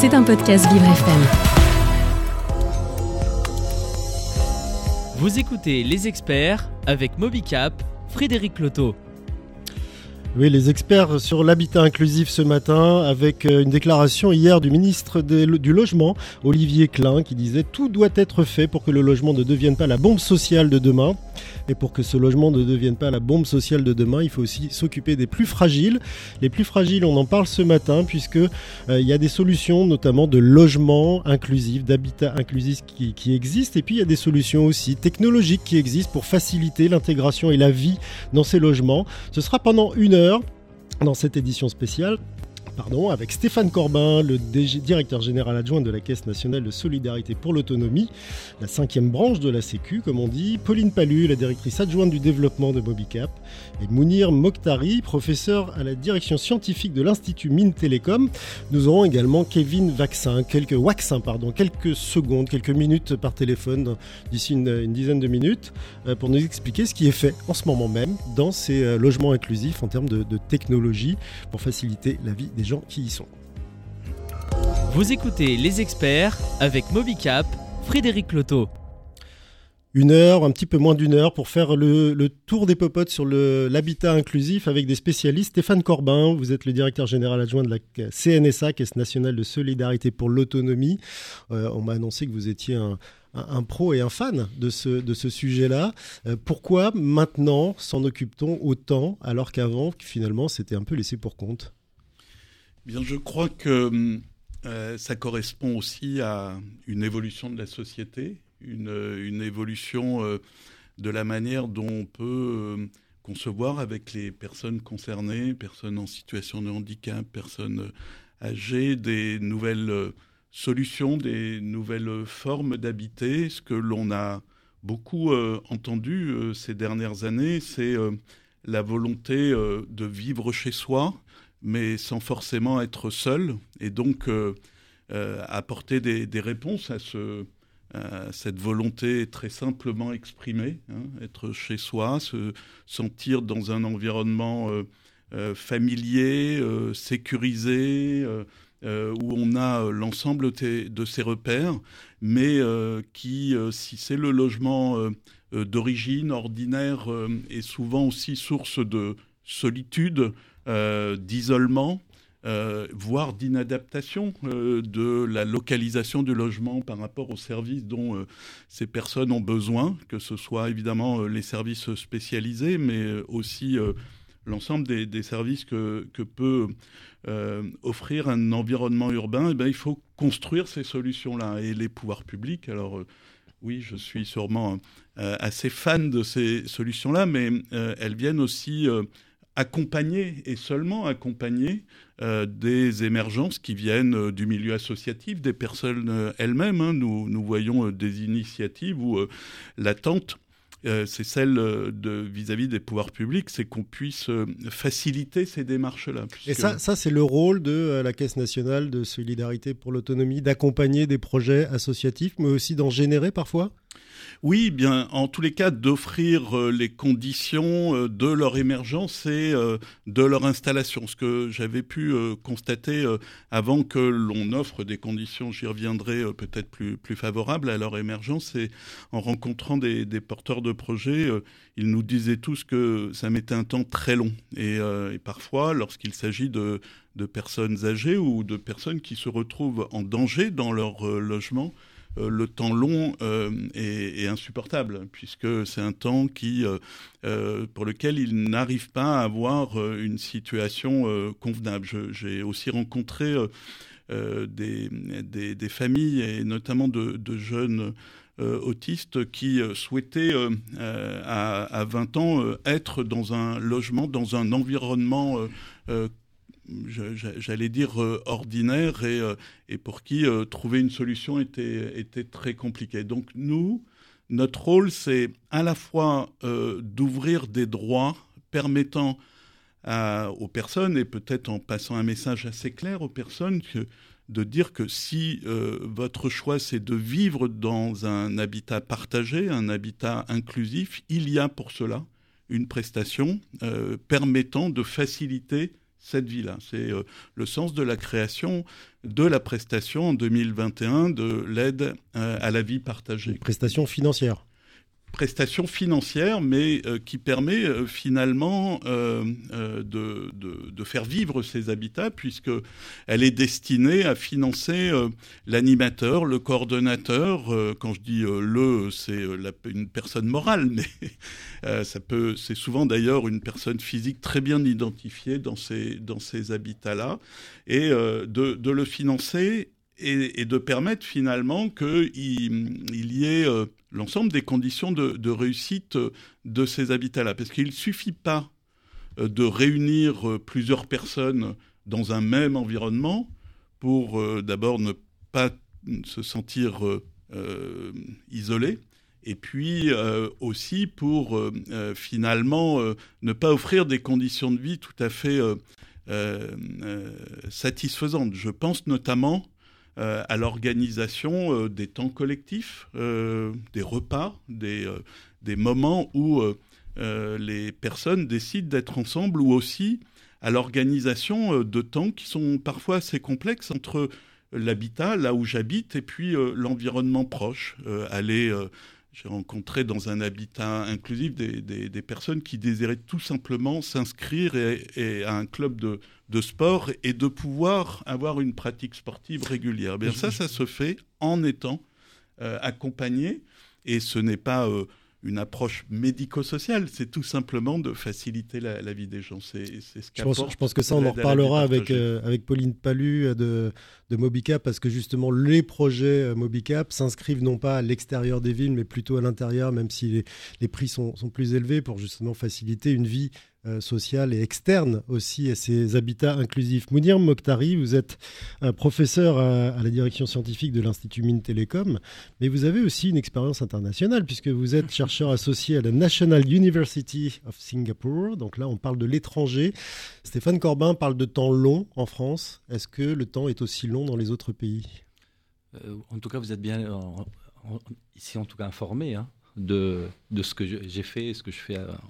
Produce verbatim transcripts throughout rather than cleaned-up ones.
C'est un podcast Vivre F M. Vous écoutez Les Experts avec Mobicap, Frédéric Loto. Oui, les experts sur l'habitat inclusif ce matin avec une déclaration hier du ministre des, du Logement, Olivier Klein, qui disait « Tout doit être fait pour que le logement ne devienne pas la bombe sociale de demain. Et pour que ce logement ne devienne pas la bombe sociale de demain, il faut aussi s'occuper des plus fragiles. » Les plus fragiles, on en parle ce matin puisque euh, il y a des solutions, notamment de logement inclusif, d'habitat inclusif qui, qui existent. Et puis il y a des solutions aussi technologiquiques qui existent pour faciliter l'intégration et la vie dans ces logements. Ce sera pendant une heure dans cette édition spéciale, pardon, avec Stéphane Corbin, le D G, directeur général adjoint de la Caisse nationale de solidarité pour l'autonomie, la cinquième branche de la Sécu, comme on dit, Pauline Palu, la directrice adjointe du développement de Mobicap, et Mounir Mokhtari, professeur à la direction scientifique de l'Institut Mines Télécom. Nous aurons également Kevin Waxin, quelques, Waxin, pardon, quelques secondes, quelques minutes par téléphone, d'ici une, une dizaine de minutes, euh, pour nous expliquer ce qui est fait en ce moment même dans ces euh, logements inclusifs en termes de, de technologie pour faciliter la vie des gens qui y sont. Vous écoutez Les Experts avec Mobicap, Frédéric Loto. Une heure, un petit peu moins d'une heure pour faire le, le tour des popotes sur le, l'habitat inclusif avec des spécialistes. Stéphane Corbin, vous êtes le directeur général adjoint de la C N S A, Caisse nationale de solidarité pour l'autonomie. Euh, on m'a annoncé que vous étiez un, un, un pro et un fan de ce, de ce sujet-là. Euh, pourquoi maintenant s'en occupe-t-on autant alors qu'avant, finalement, c'était un peu laissé pour compte ? Bien, je crois que euh, ça correspond aussi à une évolution de la société, une, une évolution euh, de la manière dont on peut euh, concevoir avec les personnes concernées, personnes en situation de handicap, personnes âgées, des nouvelles euh, solutions, des nouvelles formes d'habiter. Ce que l'on a beaucoup euh, entendu euh, ces dernières années, c'est euh, la volonté euh, de vivre chez soi, mais sans forcément être seul, et donc euh, euh, apporter des, des réponses à, ce, à cette volonté très simplement exprimée, hein, être chez soi, se sentir dans un environnement euh, euh, familier, euh, sécurisé, euh, euh, où on a l'ensemble t- de ses repères, mais euh, qui, euh, si c'est le logement euh, euh, d'origine ordinaire, euh, est souvent aussi source de solitude, Euh, d'isolement, euh, voire d'inadaptation euh, de la localisation du logement par rapport aux services dont euh, ces personnes ont besoin, que ce soit évidemment euh, les services spécialisés, mais euh, aussi euh, l'ensemble des, des services que, que peut euh, offrir un environnement urbain. Et bien, il faut construire ces solutions-là. Et les pouvoirs publics, alors euh, oui, je suis sûrement euh, assez fan de ces solutions-là, mais euh, elles viennent aussi Euh, accompagner et seulement accompagner euh, des émergences qui viennent euh, du milieu associatif, des personnes euh, elles-mêmes. Hein. Nous, nous voyons euh, des initiatives où euh, l'attente, euh, c'est celle euh, de, vis-à-vis des pouvoirs publics, c'est qu'on puisse euh, faciliter ces démarches-là. Puisque... Et ça, ça, c'est le rôle de euh, la Caisse nationale de solidarité pour l'autonomie, d'accompagner des projets associatifs, mais aussi d'en générer parfois ? Oui, bien, en tous les cas, d'offrir euh, les conditions euh, de leur émergence et euh, de leur installation. Ce que j'avais pu euh, constater euh, avant que l'on offre des conditions, j'y reviendrai, euh, peut-être plus, plus favorables à leur émergence, c'est en rencontrant des, des porteurs de projets, euh, ils nous disaient tous que ça mettait un temps très long. Et, euh, et parfois, lorsqu'il s'agit de, de personnes âgées ou de personnes qui se retrouvent en danger dans leur euh, logement, Euh, le temps long euh, est, est insupportable, puisque c'est un temps qui, euh, euh, pour lequel ils n'arrivent pas à avoir euh, une situation euh, convenable. Je, j'ai aussi rencontré euh, euh, des, des, des familles, et notamment de, de jeunes euh, autistes, qui euh, souhaitaient, euh, euh, à, à vingt ans, euh, être dans un logement, dans un environnement euh, euh, j'allais dire euh, ordinaire, et, euh, et pour qui euh, trouver une solution était, était très compliqué. Donc nous, notre rôle, c'est à la fois euh, d'ouvrir des droits permettant à, aux personnes, et peut-être en passant un message assez clair aux personnes, que, de dire que si euh, votre choix, c'est de vivre dans un habitat partagé, un habitat inclusif, il y a pour cela une prestation euh, permettant de faciliter cette vie-là. C'est euh, le sens de la création de la prestation en deux mille vingt et un de l'aide euh, à la vie partagée. Une prestation financière. Prestation financière, mais euh, qui permet euh, finalement euh, euh, de, de, de faire vivre ces habitats, puisqu'elle est destinée à financer euh, l'animateur, le coordonnateur. Euh, quand je dis euh, le, c'est euh, la, une personne morale, mais euh, ça peut, c'est souvent d'ailleurs une personne physique très bien identifiée dans ces, dans ces habitats-là, et euh, de, de le financer et, et de permettre finalement qu'il il y ait euh, l'ensemble des conditions de, de réussite de ces habitats-là. Parce qu'il ne suffit pas de réunir plusieurs personnes dans un même environnement pour euh, d'abord ne pas se sentir euh, isolé, et puis euh, aussi pour euh, finalement euh, ne pas offrir des conditions de vie tout à fait euh, euh, euh, satisfaisantes. Je pense notamment Euh, à l'organisation euh, des temps collectifs, euh, des repas, des, euh, des moments où euh, euh, les personnes décident d'être ensemble, ou aussi à l'organisation euh, de temps qui sont parfois assez complexes entre l'habitat, là où j'habite, et puis euh, l'environnement proche. Euh, aller, euh, j'ai rencontré dans un habitat inclusif des, des, des personnes qui désiraient tout simplement s'inscrire et, et à un club de de sport et de pouvoir avoir une pratique sportive régulière. Bien, ça, ça se fait en étant euh, accompagné, et ce n'est pas euh, une approche médico-sociale, c'est tout simplement de faciliter la, la vie des gens. C'est, c'est ce je, pense, je pense que ça, on en reparlera avec, euh, avec Pauline Palu de, de Mobicap, parce que justement, les projets Mobicap s'inscrivent non pas à l'extérieur des villes, mais plutôt à l'intérieur, même si les, les prix sont, sont plus élevés, pour justement faciliter une vie Euh, sociale et externe aussi à ces habitats inclusifs. Mounir Mokhtari, vous êtes un professeur à, à la direction scientifique de l'Institut Mines Télécom, mais vous avez aussi une expérience internationale, puisque vous êtes chercheur associé à la National University of Singapore. Donc là, on parle de l'étranger. Stéphane Corbin parle de temps long en France. Est-ce que le temps est aussi long dans les autres pays ? euh, En tout cas, vous êtes bien en, en, ici, en tout cas, informé hein, de, de ce que je, j'ai fait et ce que je fais à,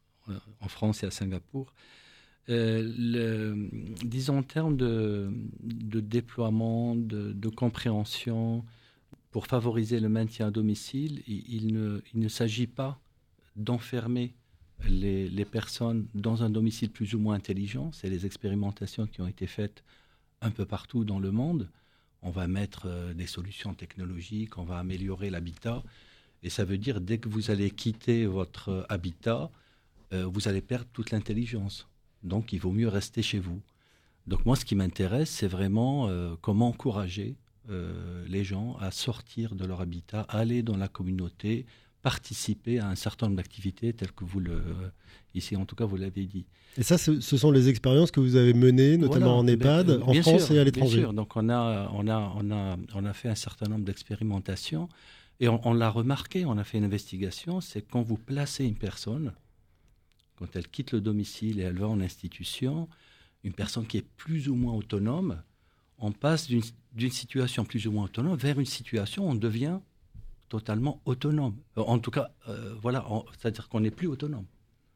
en France et à Singapour. Euh, le, disons en termes de, de déploiement, de, de compréhension, pour favoriser le maintien à domicile, il, il, ne, il ne s'agit pas d'enfermer les, les personnes dans un domicile plus ou moins intelligent. C'est les expérimentations qui ont été faites un peu partout dans le monde. On va mettre euh, des solutions technologiques, on va améliorer l'habitat, et ça veut dire dès que vous allez quitter votre habitat, Euh, vous allez perdre toute l'intelligence. Donc, il vaut mieux rester chez vous. Donc, moi, ce qui m'intéresse, c'est vraiment euh, comment encourager euh, les gens à sortir de leur habitat, à aller dans la communauté, participer à un certain nombre d'activités telles que vous le... Euh, ici, en tout cas, vous l'avez dit. Et ça, ce, ce sont les expériences que vous avez menées, notamment voilà, en EHPAD, ben, en France sûr, et à l'étranger. Bien sûr. Donc, on a, on, a, on, a, on a fait un certain nombre d'expérimentations, et on, on l'a remarqué, on a fait une investigation, c'est quand vous placez une personne, quand elle quitte le domicile et elle va en institution, une personne qui est plus ou moins autonome, on passe d'une, d'une situation plus ou moins autonome vers une situation où on devient totalement autonome. En tout cas, euh, voilà, on, c'est-à-dire qu'on n'est plus autonome.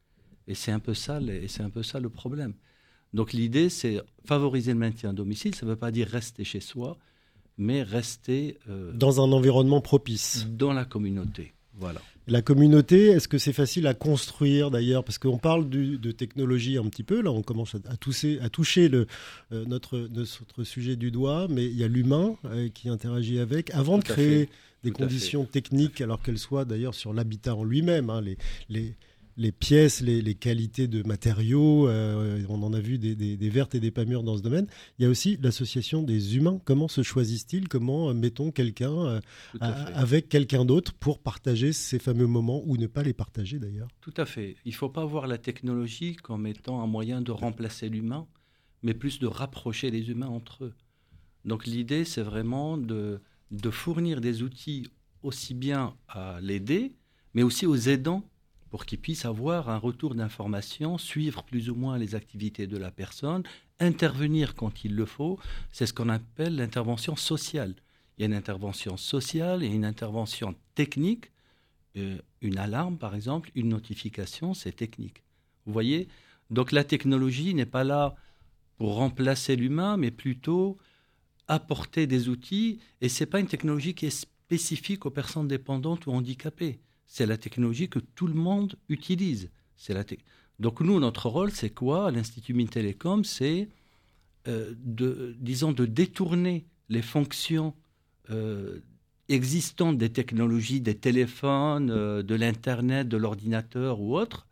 Et c'est un peu ça, et c'est un peu ça le problème. Donc l'idée, c'est favoriser le maintien à domicile. Ça ne veut pas dire rester chez soi, mais rester euh, dans un environnement propice, dans la communauté. Voilà. La communauté, est-ce que c'est facile à construire d'ailleurs ? Parce qu'on parle du, de technologie un petit peu, là on commence à, à, toucher, à toucher le, euh, notre, notre sujet du doigt, mais il y a l'humain euh, qui interagit avec. Avant Tout de créer fait. des Tout conditions techniques, alors qu'elles soient d'ailleurs sur l'habitat en lui-même, hein, les, les, les pièces, les, les qualités de matériaux, euh, on en a vu des, des, des vertes et des pas mûres dans ce domaine. Il y a aussi l'association des humains. Comment se choisissent-ils ? Comment euh, mettons quelqu'un euh, à, avec quelqu'un d'autre pour partager ces fameux moments, ou ne pas les partager d'ailleurs ? Tout à fait. Il ne faut pas voir la technologie comme étant un moyen de remplacer l'humain, mais plus de rapprocher les humains entre eux. Donc l'idée, c'est vraiment de, de fournir des outils aussi bien à l'aider, mais aussi aux aidants, pour qu'ils puissent avoir un retour d'information, suivre plus ou moins les activités de la personne, intervenir quand il le faut. C'est ce qu'on appelle l'intervention sociale. Il y a une intervention sociale et une intervention technique. Euh, une alarme, par exemple, une notification, c'est technique. Vous voyez ? Donc la technologie n'est pas là pour remplacer l'humain, mais plutôt apporter des outils. Et ce n'est pas une technologie qui est spécifique aux personnes dépendantes ou handicapées. C'est la technologie que tout le monde utilise. C'est la te- Donc nous, notre rôle, c'est quoi à l'Institut Mintelecom? C'est, euh, de, disons, de détourner les fonctions euh, existantes des technologies, des téléphones, euh, de l'Internet, de l'ordinateur ou autre,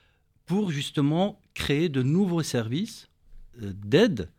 pour justement créer de nouveaux services euh, d'aide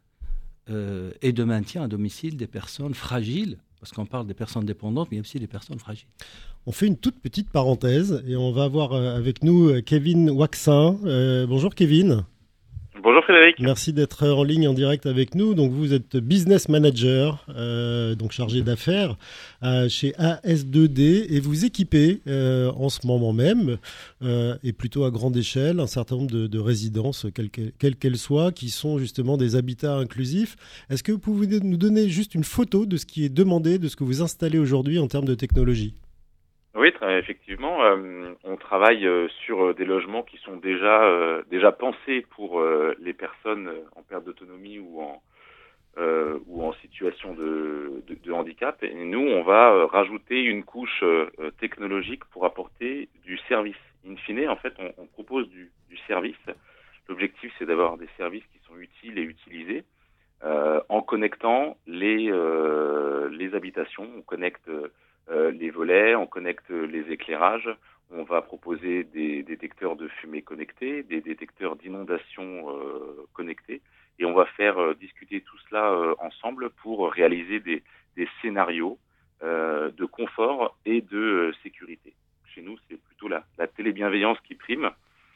euh, et de maintien à domicile des personnes fragiles, parce qu'on parle des personnes dépendantes, mais il y a aussi des personnes fragiles. On fait une toute petite parenthèse et on va avoir avec nous Kevin Waxin. Euh, bonjour Kevin. Bonjour Frédéric. Merci d'être en ligne en direct avec nous. Donc vous êtes business manager, euh, donc chargé d'affaires euh, chez A S deux D et vous équipez euh, en ce moment même euh, et plutôt à grande échelle un certain nombre de, de résidences, quelles qu'elles qu'elles soient, qui sont justement des habitats inclusifs. Est-ce que vous pouvez nous donner juste une photo de ce qui est demandé, de ce que vous installez aujourd'hui en termes de technologie ? Oui, très, effectivement, euh, on travaille euh, sur euh, des logements qui sont déjà euh, déjà pensés pour euh, les personnes euh, en perte d'autonomie ou en euh, ou en situation de, de, de handicap. Et nous, on va euh, rajouter une couche euh, technologique pour apporter du service. In fine, en fait, on, on propose du, du service. L'objectif, c'est d'avoir des services qui sont utiles et utilisés euh, en connectant les euh, les habitations. On connecte euh, Euh, les volets, on connecte les éclairages, on va proposer des détecteurs de fumée connectés, des détecteurs d'inondation euh, connectés, et on va faire euh, discuter tout cela euh, ensemble pour réaliser des, des scénarios euh, de confort et de euh, sécurité. Chez nous, c'est plutôt la, la télébienveillance qui prime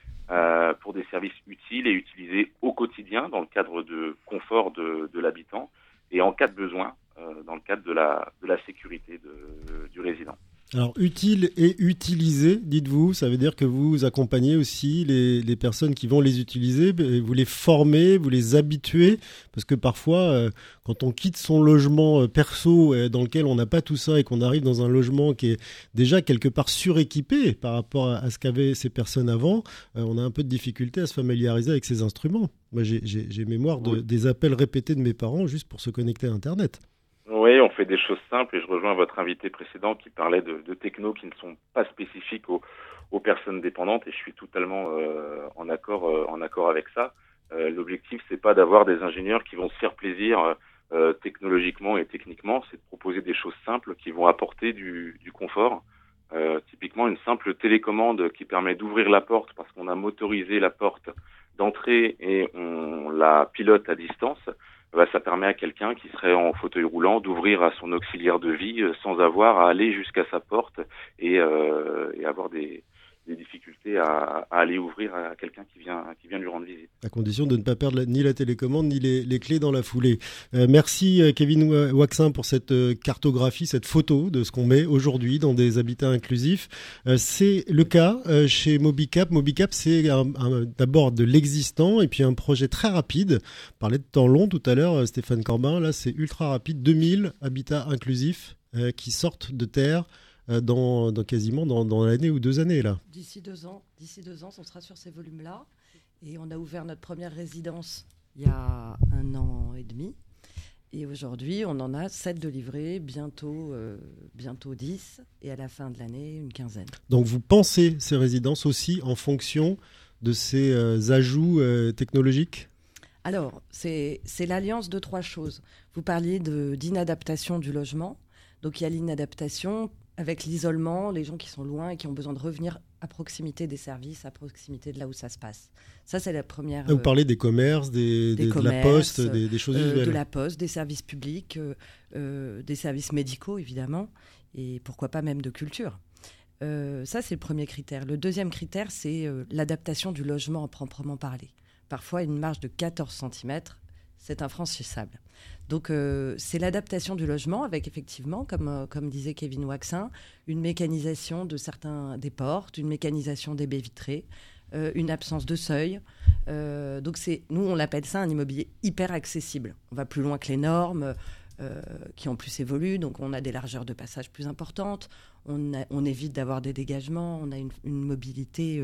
euh, pour des services utiles et utilisés au quotidien dans le cadre de confort de, de l'habitant et en cas de besoin, Euh, dans le cadre de la, de la sécurité de, de, du résident. Alors, utile et utilisé, dites-vous, ça veut dire que vous accompagnez aussi les, les personnes qui vont les utiliser, vous les formez, vous les habituez, parce que parfois, euh, quand on quitte son logement euh, perso euh, dans lequel on n'a pas tout ça et qu'on arrive dans un logement qui est déjà quelque part suréquipé par rapport à, à ce qu'avaient ces personnes avant, euh, on a un peu de difficulté à se familiariser avec ces instruments. Moi, j'ai, j'ai, j'ai mémoire de, oui. des appels répétés de mes parents juste pour se connecter à Internet. Oui, on fait des choses simples et je rejoins votre invité précédent qui parlait de, de technos qui ne sont pas spécifiques aux, aux personnes dépendantes et je suis totalement euh, en accord euh, en accord avec ça. Euh, l'objectif, c'est pas d'avoir des ingénieurs qui vont se faire plaisir euh, technologiquement et techniquement, c'est de proposer des choses simples qui vont apporter du, du confort. Euh, typiquement, une simple télécommande qui permet d'ouvrir la porte parce qu'on a motorisé la porte d'entrée et on la pilote à distance. Bah, ça permet à quelqu'un qui serait en fauteuil roulant d'ouvrir à son auxiliaire de vie euh, sans avoir à aller jusqu'à sa porte et, euh, et avoir des, des difficultés à, à aller ouvrir à quelqu'un qui vient, qui vient lui rendre visite. À condition de ne pas perdre la, ni la télécommande ni les, les clés dans la foulée. Euh, merci Kevin Waxin pour cette cartographie, cette photo de ce qu'on met aujourd'hui dans des habitats inclusifs. Euh, c'est le cas euh, chez Mobicap. Mobicap, c'est un, un, d'abord de l'existant et puis un projet très rapide. On parlait de temps long tout à l'heure, Stéphane Corbin. Là, c'est ultra rapide. deux mille habitats inclusifs euh, qui sortent de terre. Dans, dans quasiment dans, dans l'année ou deux années là. D'ici deux ans, d'ici deux ans, on sera sur ces volumes-là. Et on a ouvert notre première résidence il y a un an et demi. Et aujourd'hui, on en a sept de livrés, bientôt, euh, bientôt dix, et à la fin de l'année, une quinzaine. Donc vous pensez ces résidences aussi en fonction de ces euh, ajouts euh, technologiques ? Alors, c'est, c'est l'alliance de trois choses. Vous parliez de, d'inadaptation du logement. Donc il y a l'inadaptation avec l'isolement, les gens qui sont loin et qui ont besoin de revenir à proximité des services, à proximité de là où ça se passe. Ça, c'est la première... Vous parlez des commerces, des, des, des commerces, de la poste, des, des choses usuelles. Euh, de la poste, des services publics, euh, euh, des services médicaux, évidemment, et pourquoi pas même de culture. Euh, ça, c'est le premier critère. Le deuxième critère, c'est euh, l'adaptation du logement en proprement parler. Parfois, une marge de quatorze centimètres, c'est infranchissable. Donc, euh, c'est l'adaptation du logement avec, effectivement, comme, euh, comme disait Kevin Waxin, une mécanisation de certains des portes, une mécanisation des baies vitrées, euh, une absence de seuil. Euh, donc, c'est, nous, on l'appelle ça un immobilier hyper accessible. On va plus loin que les normes euh, qui ont plus évolué. Donc, on a des largeurs de passage plus importantes. On, a, on évite d'avoir des dégagements. On a une, une mobilité... Euh,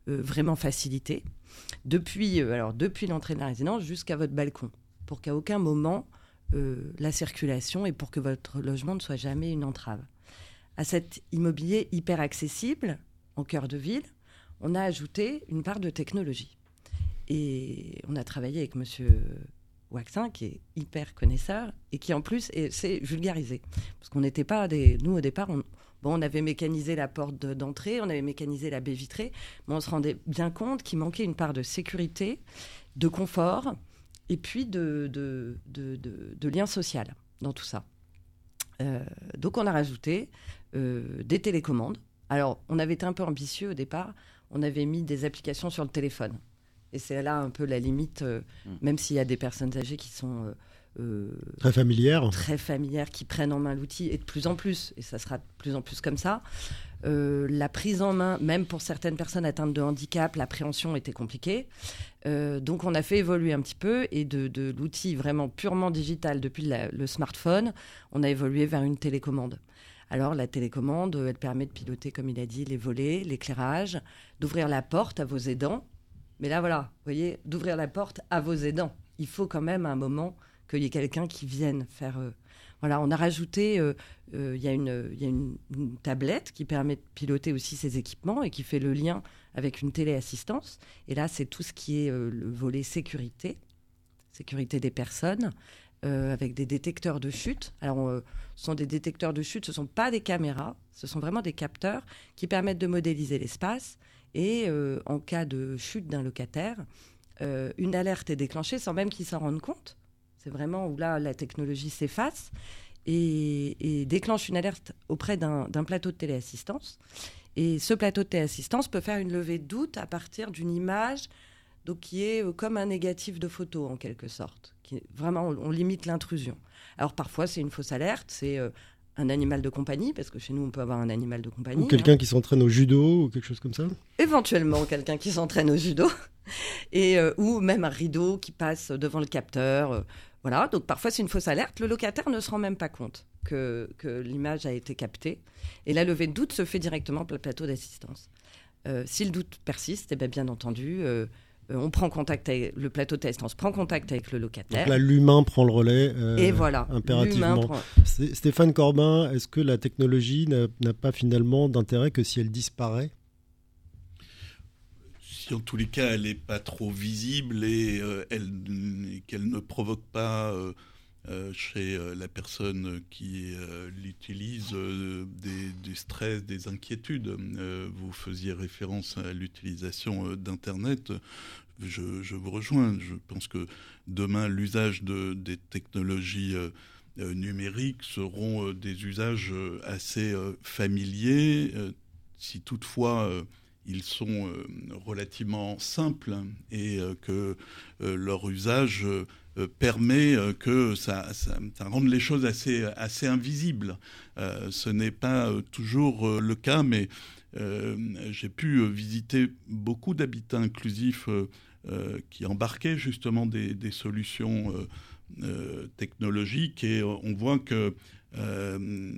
euh, vraiment facilité, depuis, euh, alors, depuis l'entrée de la résidence jusqu'à votre balcon, pour qu'à aucun moment euh, la circulation et pour que votre logement ne soit jamais une entrave. À cet immobilier hyper accessible, en cœur de ville, on a ajouté une part de technologie. Et on a travaillé avec monsieur Waxin, qui est hyper connaisseur, et qui en plus est, c'est vulgarisé. Parce qu'on n'était pas des... Nous, au départ, on, bon, on avait mécanisé la porte de, d'entrée, on avait mécanisé la baie vitrée, mais on se rendait bien compte qu'il manquait une part de sécurité, de confort, et puis de, de, de, de, de lien social dans tout ça. Euh, donc, on a rajouté euh, des télécommandes. Alors, on avait été un peu ambitieux au départ. On avait mis des applications sur le téléphone. Et c'est là un peu la limite, euh, mmh. même s'il y a des personnes âgées qui sont euh, euh, très familières, très familières, qui prennent en main l'outil, et de plus en plus, et ça sera de plus en plus comme ça. Euh, la prise en main, même pour certaines personnes atteintes de handicap, l'appréhension était compliquée. Euh, donc on a fait évoluer un petit peu, et de, de l'outil vraiment purement digital depuis la, le smartphone, on a évolué vers une télécommande. Alors la télécommande, elle permet de piloter, comme il a dit, les volets, l'éclairage, d'ouvrir la porte à vos aidants. Mais là, voilà, vous voyez, d'ouvrir la porte à vos aidants. Il faut quand même à un moment qu'il y ait quelqu'un qui vienne faire... Euh, voilà, on a rajouté, euh, euh, il y a, une, il y a une, une tablette qui permet de piloter aussi ces équipements et qui fait le lien avec une téléassistance. Et là, c'est tout ce qui est euh, le volet sécurité, sécurité des personnes, euh, avec des détecteurs de chute. Alors, euh, ce sont des détecteurs de chute, ce ne sont pas des caméras, ce sont vraiment des capteurs qui permettent de modéliser l'espace. Et euh, en cas de chute d'un locataire, euh, une alerte est déclenchée sans même qu'il s'en rende compte. C'est vraiment où là, la technologie s'efface et, et déclenche une alerte auprès d'un, d'un plateau de téléassistance. Et ce plateau de téléassistance peut faire une levée de doute à partir d'une image donc, qui est euh, comme un négatif de photo, en quelque sorte. Qui est, vraiment, on, on limite l'intrusion. Alors parfois, c'est une fausse alerte, c'est... Euh, un animal de compagnie, parce que chez nous, on peut avoir un animal de compagnie. Ou quelqu'un hein. qui s'entraîne au judo, ou quelque chose comme ça. Éventuellement, quelqu'un qui s'entraîne au judo. Et, euh, ou même un rideau qui passe devant le capteur. Euh, voilà, donc parfois, c'est une fausse alerte. Le locataire ne se rend même pas compte que, que l'image a été captée. Et la levée de doute se fait directement par le plateau d'assistance. Euh, si le doute persiste, eh bien, bien entendu... Euh, on prend contact avec le plateau de téléassistance, prend contact avec le locataire. Donc là, l'humain prend le relais euh, et voilà, impérativement. Prend... Stéphane Corbin, est-ce que la technologie n'a, n'a pas finalement d'intérêt que si elle disparaît ? Si en tous les cas, elle n'est pas trop visible et, euh, elle, et qu'elle ne provoque pas euh, euh, chez euh, la personne qui euh, l'utilise euh, des, des stress, des inquiétudes. Euh, vous faisiez référence à l'utilisation euh, d'Internet. Je, je vous rejoins. Je pense que demain, l'usage de, des technologies euh, euh, numériques seront euh, des usages euh, assez euh, familiers. Euh, si toutefois... Euh, ils sont euh, relativement simples et euh, que euh, leur usage euh, permet euh, que ça, ça, ça rende les choses assez, assez invisibles. Euh, ce n'est pas euh, toujours euh, le cas, mais euh, j'ai pu euh, visiter beaucoup d'habitats inclusifs euh, euh, qui embarquaient justement des, des solutions euh, euh, technologiques et euh, on voit que Euh,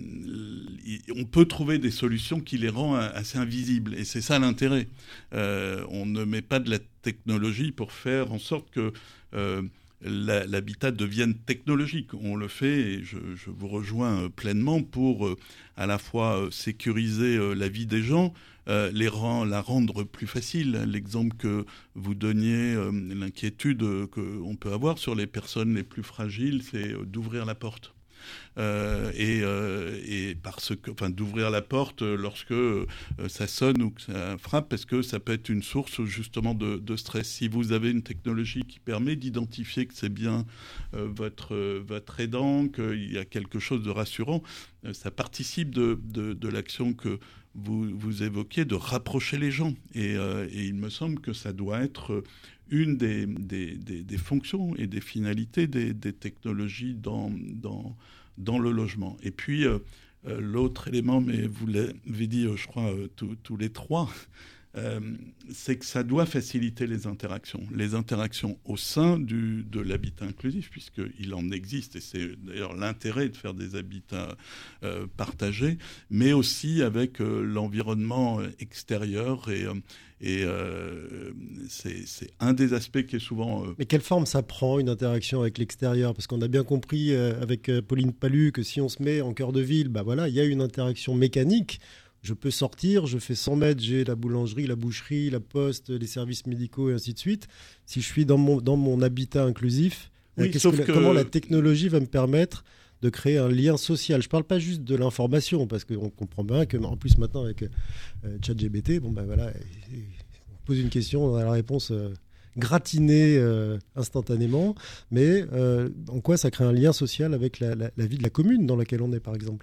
on peut trouver des solutions qui les rendent assez invisibles. Et c'est ça l'intérêt. Euh, on ne met pas de la technologie pour faire en sorte que euh, la, l'habitat devienne technologique. On le fait, et je, je vous rejoins pleinement, pour euh, à la fois sécuriser euh, la vie des gens, euh, les rend, la rendre plus facile. L'exemple que vous donniez, euh, l'inquiétude qu'on peut avoir sur les personnes les plus fragiles, c'est d'ouvrir la porte. Euh, et, euh, et parce que, enfin, d'ouvrir la porte lorsque euh, ça sonne ou que ça frappe, parce que ça peut être une source justement de, de stress. Si vous avez une technologie qui permet d'identifier que c'est bien euh, votre, euh, votre aidant, qu'il y a quelque chose de rassurant, euh, ça participe de, de, de l'action que vous, vous évoquiez, de rapprocher les gens. Et, euh, et il me semble que ça doit être une des, des, des, des fonctions et des finalités des, des technologies dans, dans, dans le logement. Et puis, euh, euh, l'autre élément, mais vous l'avez dit, euh, je crois, euh, tous les trois, euh, c'est que ça doit faciliter les interactions. Les interactions au sein du, de l'habitat inclusif, puisqu'il en existe, et c'est d'ailleurs l'intérêt de faire des habitats euh, partagés, mais aussi avec euh, l'environnement extérieur. Et, euh, et euh, c'est, c'est un des aspects qui est souvent... Euh... Mais quelle forme ça prend, une interaction avec l'extérieur ? Parce qu'on a bien compris euh, avec euh, Pauline Palu que si on se met en cœur de ville, bah voilà, il y a une interaction mécanique. Je peux sortir, je fais cent mètres, j'ai la boulangerie, la boucherie, la poste, les services médicaux et ainsi de suite. Si je suis dans mon, dans mon habitat inclusif, oui, qu'est-ce que la, que... comment la technologie va me permettre de créer un lien social ? Je ne parle pas juste de l'information, parce qu'on comprend bien qu'en plus maintenant avec euh, ChatGPT, bon ben voilà, on pose une question, on a la réponse euh, gratinée euh, instantanément, mais euh, en quoi ça crée un lien social avec la, la, la vie de la commune dans laquelle on est, par exemple ?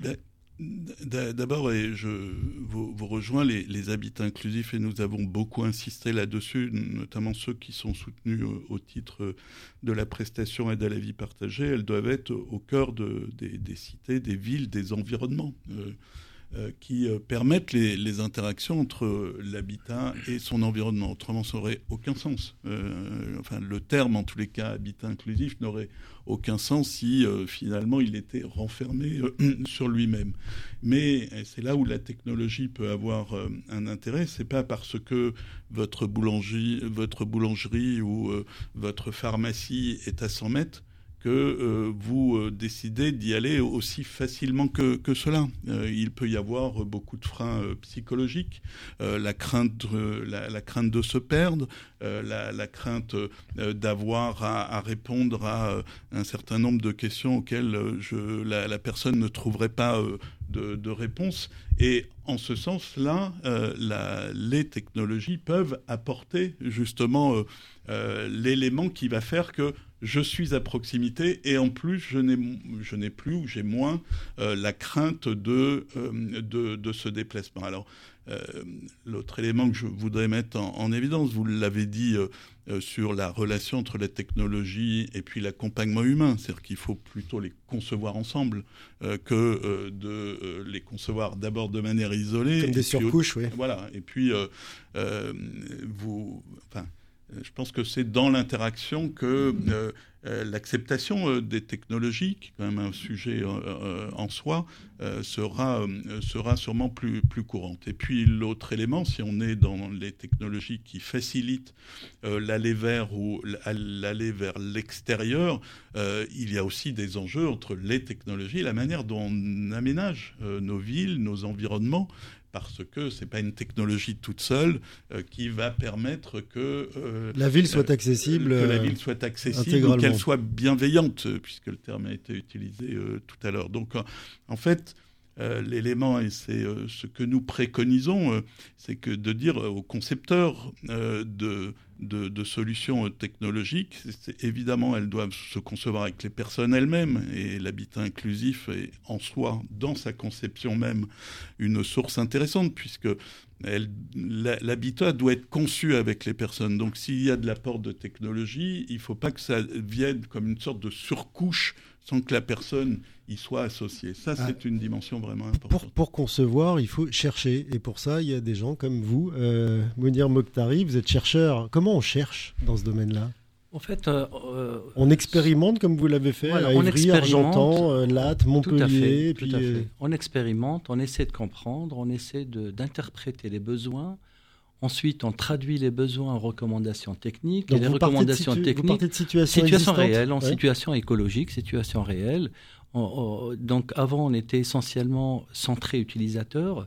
D'abord, et je vous, vous rejoins, les, les habitats inclusifs, et nous avons beaucoup insisté là-dessus, notamment ceux qui sont soutenus au, au titre de la prestation aide à la vie partagée, elles doivent être au cœur de, des, des cités, des villes, des environnements euh, euh, qui euh, permettent les, les interactions entre l'habitat et son environnement. Autrement, ça n'aurait aucun sens. Euh, enfin, le terme, en tous les cas, habitat inclusif, n'aurait aucun sens si euh, finalement il était renfermé euh, sur lui-même. Mais c'est là où la technologie peut avoir euh, un intérêt. C'est pas parce que votre boulangerie, votre boulangerie ou euh, votre pharmacie est à cent mètres que euh, vous euh, décidez d'y aller aussi facilement que, que cela. Euh, il peut y avoir beaucoup de freins euh, psychologiques, euh, la, crainte, euh, la, la crainte de se perdre, euh, la, la crainte euh, d'avoir à, à répondre à euh, un certain nombre de questions auxquelles euh, je, la, la personne ne trouverait pas euh, de, de réponse. Et en ce sens-là, euh, la, les technologies peuvent apporter justement euh, euh, l'élément qui va faire que je suis à proximité et en plus je n'ai, je n'ai plus ou j'ai moins euh, la crainte de, euh, de, de ce déplacement. Alors euh, l'autre élément que je voudrais mettre en, en évidence, vous l'avez dit euh, euh, sur la relation entre la technologie et puis l'accompagnement humain, c'est-à-dire qu'il faut plutôt les concevoir ensemble euh, que euh, de euh, les concevoir d'abord de manière isolée. Comme des surcouches, oui. Voilà, et puis euh, euh, vous... Enfin, je pense que c'est dans l'interaction que euh, euh, l'acceptation euh, des technologies, qui est quand même un sujet euh, en soi, euh, sera, euh, sera sûrement plus, plus courante. Et puis l'autre élément, si on est dans les technologies qui facilitent euh, l'aller vers ou l'aller vers l'extérieur, euh, il y a aussi des enjeux entre les technologies et la manière dont on aménage euh, nos villes, nos environnements, parce que ce n'est pas une technologie toute seule euh, qui va permettre que euh, la ville soit accessible, euh, que la ville soit accessible ou qu'elle soit bienveillante, puisque le terme a été utilisé euh, tout à l'heure. Donc, en, en fait, euh, l'élément, et c'est euh, ce que nous préconisons, euh, c'est que de dire aux concepteurs euh, de, de, de solutions technologiques, c'est, évidemment, elles doivent se concevoir avec les personnes elles-mêmes, et l'habitat inclusif est en soi, dans sa conception même, une source intéressante, puisque elle, la, l'habitat doit être conçu avec les personnes. Donc s'il y a de l'apport de technologie, il ne faut pas que ça vienne comme une sorte de surcouche sans que la personne y soit associée. Ça, ah, c'est une dimension vraiment importante. Pour, pour concevoir, il faut chercher. Et pour ça, il y a des gens comme vous, euh, Mounir Mokhtari, vous êtes chercheur. Comment on cherche dans ce domaine-là ? En fait, euh, on expérimente comme vous l'avez fait voilà, à Évry, Argentan, euh, Latte, Montpellier. Tout à fait, et puis, tout à fait. Euh... On expérimente, on essaie de comprendre, on essaie de, d'interpréter les besoins. Ensuite, on traduit les besoins en recommandations techniques. Donc et les vous recommandations situ... techniques, vous partez de situation, situation réelle, en ouais. situation écologique, situation réelle. On, on, donc avant, on était essentiellement centré utilisateur,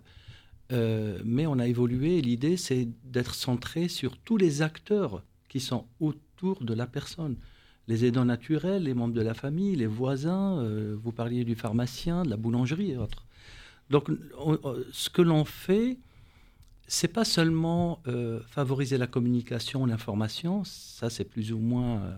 euh, mais on a évolué. Et l'idée, c'est d'être centré sur tous les acteurs qui sont autour de la personne. Les aidants naturels, les membres de la famille, les voisins, euh, vous parliez du pharmacien, de la boulangerie et autres. Donc, on, on, ce que l'on fait, c'est pas seulement euh, favoriser la communication, l'information, ça c'est plus ou moins euh,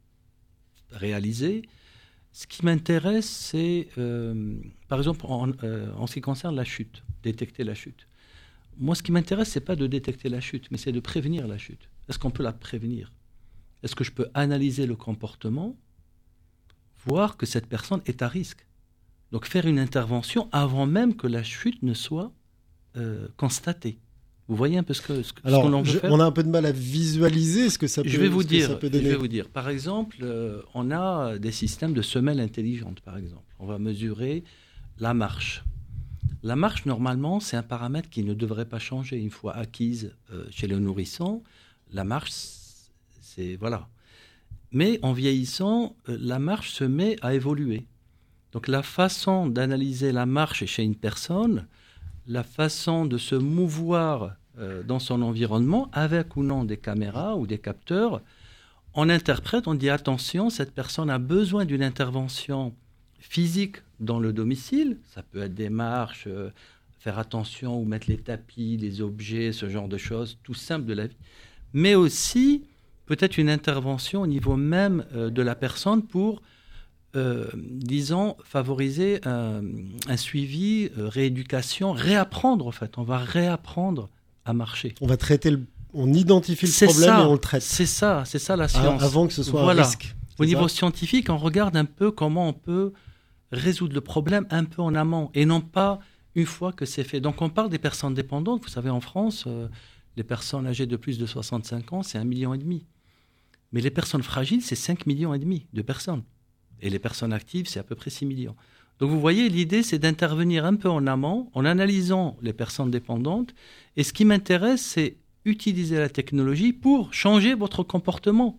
réalisé. Ce qui m'intéresse, c'est, euh, par exemple, en, euh, en ce qui concerne la chute, détecter la chute. Moi, ce qui m'intéresse, c'est pas de détecter la chute, mais c'est de prévenir la chute. Est-ce qu'on peut la prévenir ? Est-ce que je peux analyser le comportement, voir que cette personne est à risque ? Donc faire une intervention avant même que la chute ne soit euh, constatée. Vous voyez un peu ce que ce, Alors, ce qu'on je, veut faire. On a un peu de mal à visualiser ce que ça peut, je vais vous ce dire, que ça peut je donner. vais vous dire. Par exemple, euh, on a des systèmes de semelles intelligentes. Par exemple, on va mesurer la marche. La marche, normalement, c'est un paramètre qui ne devrait pas changer une fois acquise euh, chez le nourrisson. La marche, c'est voilà. Mais en vieillissant, euh, la marche se met à évoluer. Donc la façon d'analyser la marche chez une personne, la façon de se mouvoir euh, dans son environnement, avec ou non des caméras ou des capteurs, on interprète, on dit attention, cette personne a besoin d'une intervention physique dans le domicile. Ça peut être des marches, euh, faire attention ou mettre les tapis, les objets, ce genre de choses, tout simple de la vie. Mais aussi peut-être une intervention au niveau même euh, de la personne pour Euh, disons, favoriser un, un suivi, euh, rééducation, réapprendre en fait. On va réapprendre à marcher. On va traiter le, on identifie le c'est problème ça, et on le traite. C'est ça, c'est ça la science. Avant que ce soit voilà. un risque. Au niveau scientifique, on regarde un peu comment on peut résoudre le problème un peu en amont et non pas une fois que c'est fait. Donc on parle des personnes dépendantes. Vous savez, en France, euh, les personnes âgées de plus de soixante-cinq ans, c'est un million et demi. Mais les personnes fragiles, c'est cinq millions et demi de personnes. Et les personnes actives, c'est à peu près six millions. Donc vous voyez, l'idée, c'est d'intervenir un peu en amont, en analysant les personnes dépendantes. Et ce qui m'intéresse, c'est utiliser la technologie pour changer votre comportement,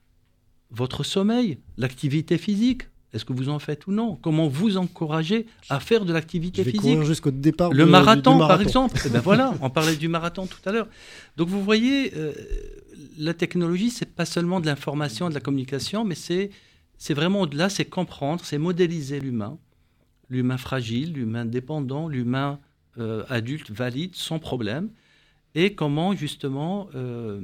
votre sommeil, l'activité physique. Est-ce que vous en faites ou non? Comment vous encourager à faire de l'activité Je vais physique? courir jusqu'au départ. Le de, marathon, du, du marathon, par exemple. Eh ben voilà, on parlait du marathon tout à l'heure. Donc vous voyez, euh, la technologie, c'est pas seulement de l'information, de la communication, mais c'est C'est vraiment au-delà, c'est comprendre, c'est modéliser l'humain, l'humain fragile, l'humain dépendant, l'humain euh, adulte, valide, sans problème, et comment justement euh,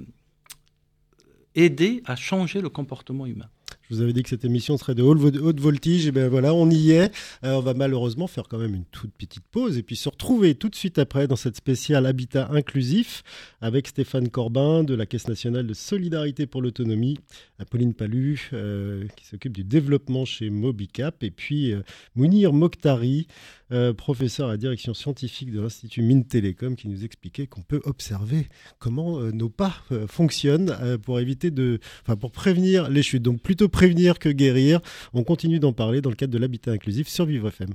aider à changer le comportement humain. Je vous avais dit que cette émission serait de haute voltige, et bien voilà, on y est. Euh, on va malheureusement faire quand même une toute petite pause et puis se retrouver tout de suite après dans cette spéciale Habitat inclusif avec Stéphane Corbin de la Caisse nationale de solidarité pour l'autonomie, Pauline Palu euh, qui s'occupe du développement chez Mobicap et puis euh, Mounir Mokhtari, euh, professeur à la direction scientifique de l'Institut Mines Télécom, qui nous expliquait qu'on peut observer comment euh, nos pas euh, fonctionnent euh, pour éviter de, enfin pour prévenir les chutes. Donc plutôt prévenir que guérir. On continue d'en parler dans le cadre de l'habitat inclusif sur Vivre F M.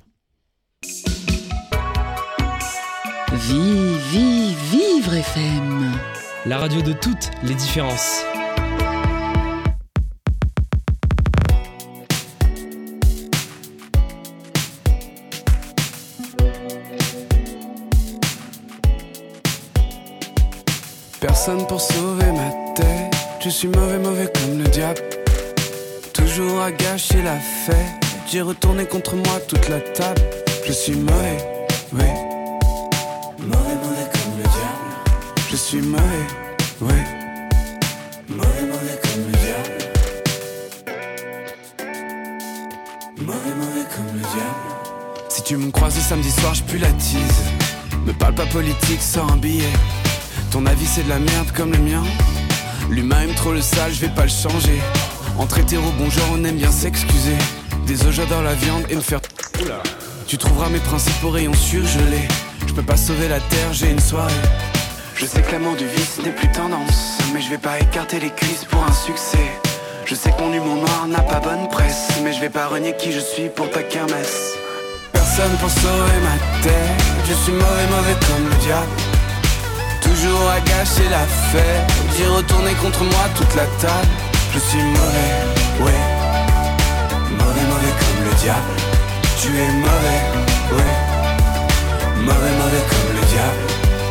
Vive, vive, Vivre F M. La radio de toutes les différences. Personne pour sauver ma tête. Je suis mauvais, mauvais comme le diable. Toujours à gâcher la fête. J'ai retourné contre moi toute la table. Je suis mauvais, oui. Mauvais, mauvais comme le diable. Je suis mauvais, oui. Mauvais, mauvais comme le diable. Mauvais, mauvais comme le diable. Si tu me croises le samedi soir, je pue la tease. Me parle pas politique, sors un billet. Ton avis c'est de la merde comme le mien. L'humain aime trop le sale, je vais pas le changer. Entre hétéros, bon genre, on aime bien s'excuser. Désolé, j'adore la viande et me faire... Oula. Tu trouveras mes principes au rayon surgelé. Je peux pas sauver la terre, j'ai une soirée. Je sais que l'amour du vice n'est plus tendance, mais je vais pas écarter les cuisses pour un succès. Je sais que mon humour noir n'a pas bonne presse, mais je vais pas renier qui je suis pour ta kermesse. Personne pour sauver ma tête. Je suis mauvais, mauvais comme le diable. Toujours à gâcher la fête. J'ai retourné contre moi toute la table. Je suis mauvais, ouais. Mauvais, mauvais comme le diable. Tu es mauvais, ouais. Mauvais, mauvais comme le diable.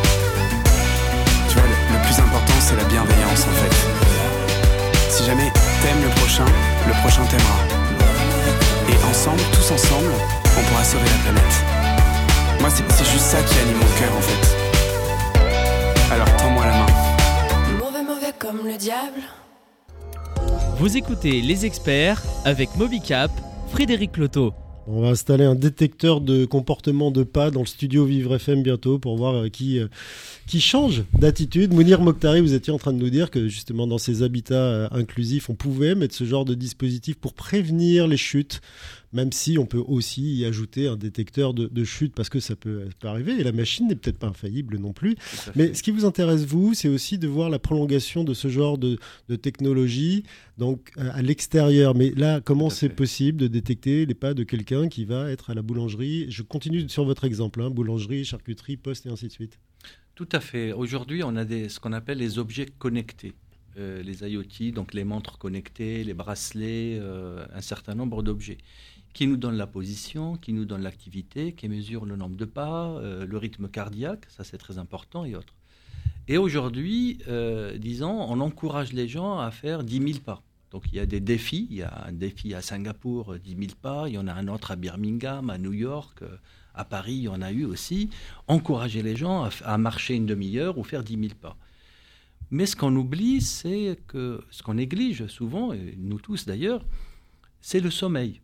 Tu vois, le, le plus important c'est la bienveillance en fait. Si jamais t'aimes le prochain, le prochain t'aimera. Et ensemble, tous ensemble, on pourra sauver la planète. Moi c'est, c'est juste ça qui anime mon cœur en fait. Alors tends-moi la main. Mauvais, mauvais comme le diable. Vous écoutez Les Experts avec Mobicap, Frédéric Loto. On va installer un détecteur de comportement de pas dans le studio Vivre F M bientôt pour voir qui, qui change d'attitude. Mounir Mokhtari, vous étiez en train de nous dire que justement dans ces habitats inclusifs, on pouvait mettre ce genre de dispositif pour prévenir les chutes, même si on peut aussi y ajouter un détecteur de, de chute, parce que ça peut, ça peut arriver, et la machine n'est peut-être pas infaillible non plus. Mais ce qui vous intéresse, vous, c'est aussi de voir la prolongation de ce genre de, de technologie donc, à l'extérieur. Mais là, comment c'est possible de détecter les pas de quelqu'un qui va être à la boulangerie ? Je continue sur votre exemple, hein, boulangerie, charcuterie, poste et ainsi de suite. Tout à fait. Aujourd'hui, on a des, ce qu'on appelle les objets connectés. Euh, les I O T, donc les montres connectées, les bracelets, euh, un certain nombre d'objets qui nous donnent la position, qui nous donnent l'activité, qui mesurent le nombre de pas, euh, le rythme cardiaque, ça c'est très important, et autres. Et aujourd'hui, euh, disons, on encourage les gens à faire dix mille pas. Donc il y a des défis, il y a un défi à Singapour, dix mille pas, il y en a un autre à Birmingham, à New York, euh, à Paris, il y en a eu aussi. Encourager les gens à, à marcher une demi-heure ou faire dix mille pas. Mais ce qu'on oublie, c'est que, ce qu'on néglige souvent, et nous tous d'ailleurs, c'est le sommeil.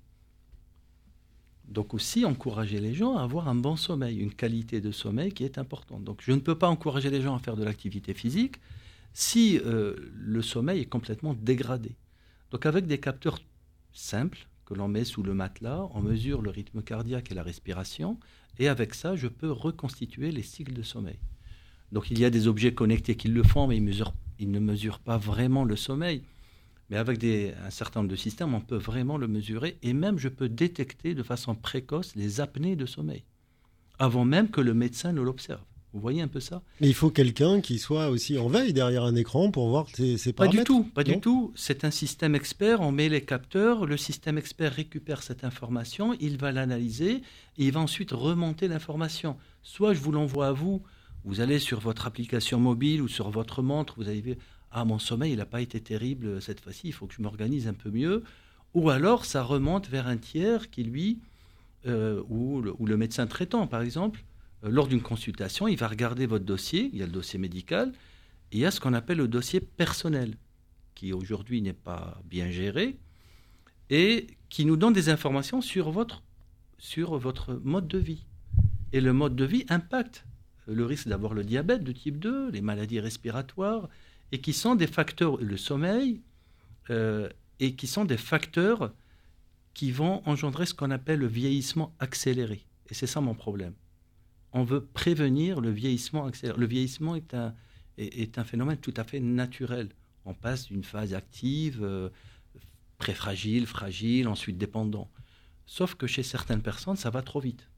Donc aussi encourager les gens à avoir un bon sommeil, une qualité de sommeil qui est importante. Donc je ne peux pas encourager les gens à faire de l'activité physique si euh, le sommeil est complètement dégradé. Donc avec des capteurs simples que l'on met sous le matelas, on mesure le rythme cardiaque et la respiration, et avec ça, je peux reconstituer les cycles de sommeil. Donc il y a des objets connectés qui le font, mais ils, mesurent, ils ne mesurent pas vraiment le sommeil. Mais avec des, un certain nombre de systèmes, on peut vraiment le mesurer. Et même, je peux détecter de façon précoce les apnées de sommeil, avant même que le médecin ne l'observe. Vous voyez un peu ça ? Mais il faut quelqu'un qui soit aussi en veille derrière un écran pour voir ces, ces paramètres. Pas du tout, pas non ? du tout. C'est un système expert, on met les capteurs, le système expert récupère cette information, il va l'analyser et il va ensuite remonter l'information. Soit je vous l'envoie à vous, vous allez sur votre application mobile ou sur votre montre, vous allez voir, ah, mon sommeil, il n'a pas été terrible cette fois-ci, il faut que je m'organise un peu mieux. Ou alors, ça remonte vers un tiers qui, lui, euh, ou, le, ou le médecin traitant, par exemple, euh, lors d'une consultation, il va regarder votre dossier, il y a le dossier médical, et il y a ce qu'on appelle le dossier personnel, qui aujourd'hui n'est pas bien géré, et qui nous donne des informations sur votre, sur votre mode de vie. Et le mode de vie impacte le risque d'avoir le diabète de type deux, les maladies respiratoires, et qui sont des facteurs, le sommeil, euh, et qui sont des facteurs qui vont engendrer ce qu'on appelle le vieillissement accéléré. Et c'est ça mon problème. On veut prévenir le vieillissement accéléré. Le vieillissement est un, est, est un phénomène tout à fait naturel. On passe d'une phase active, euh, pré-fragile, fragile, ensuite dépendant. Sauf que chez certaines personnes, ça va trop vite.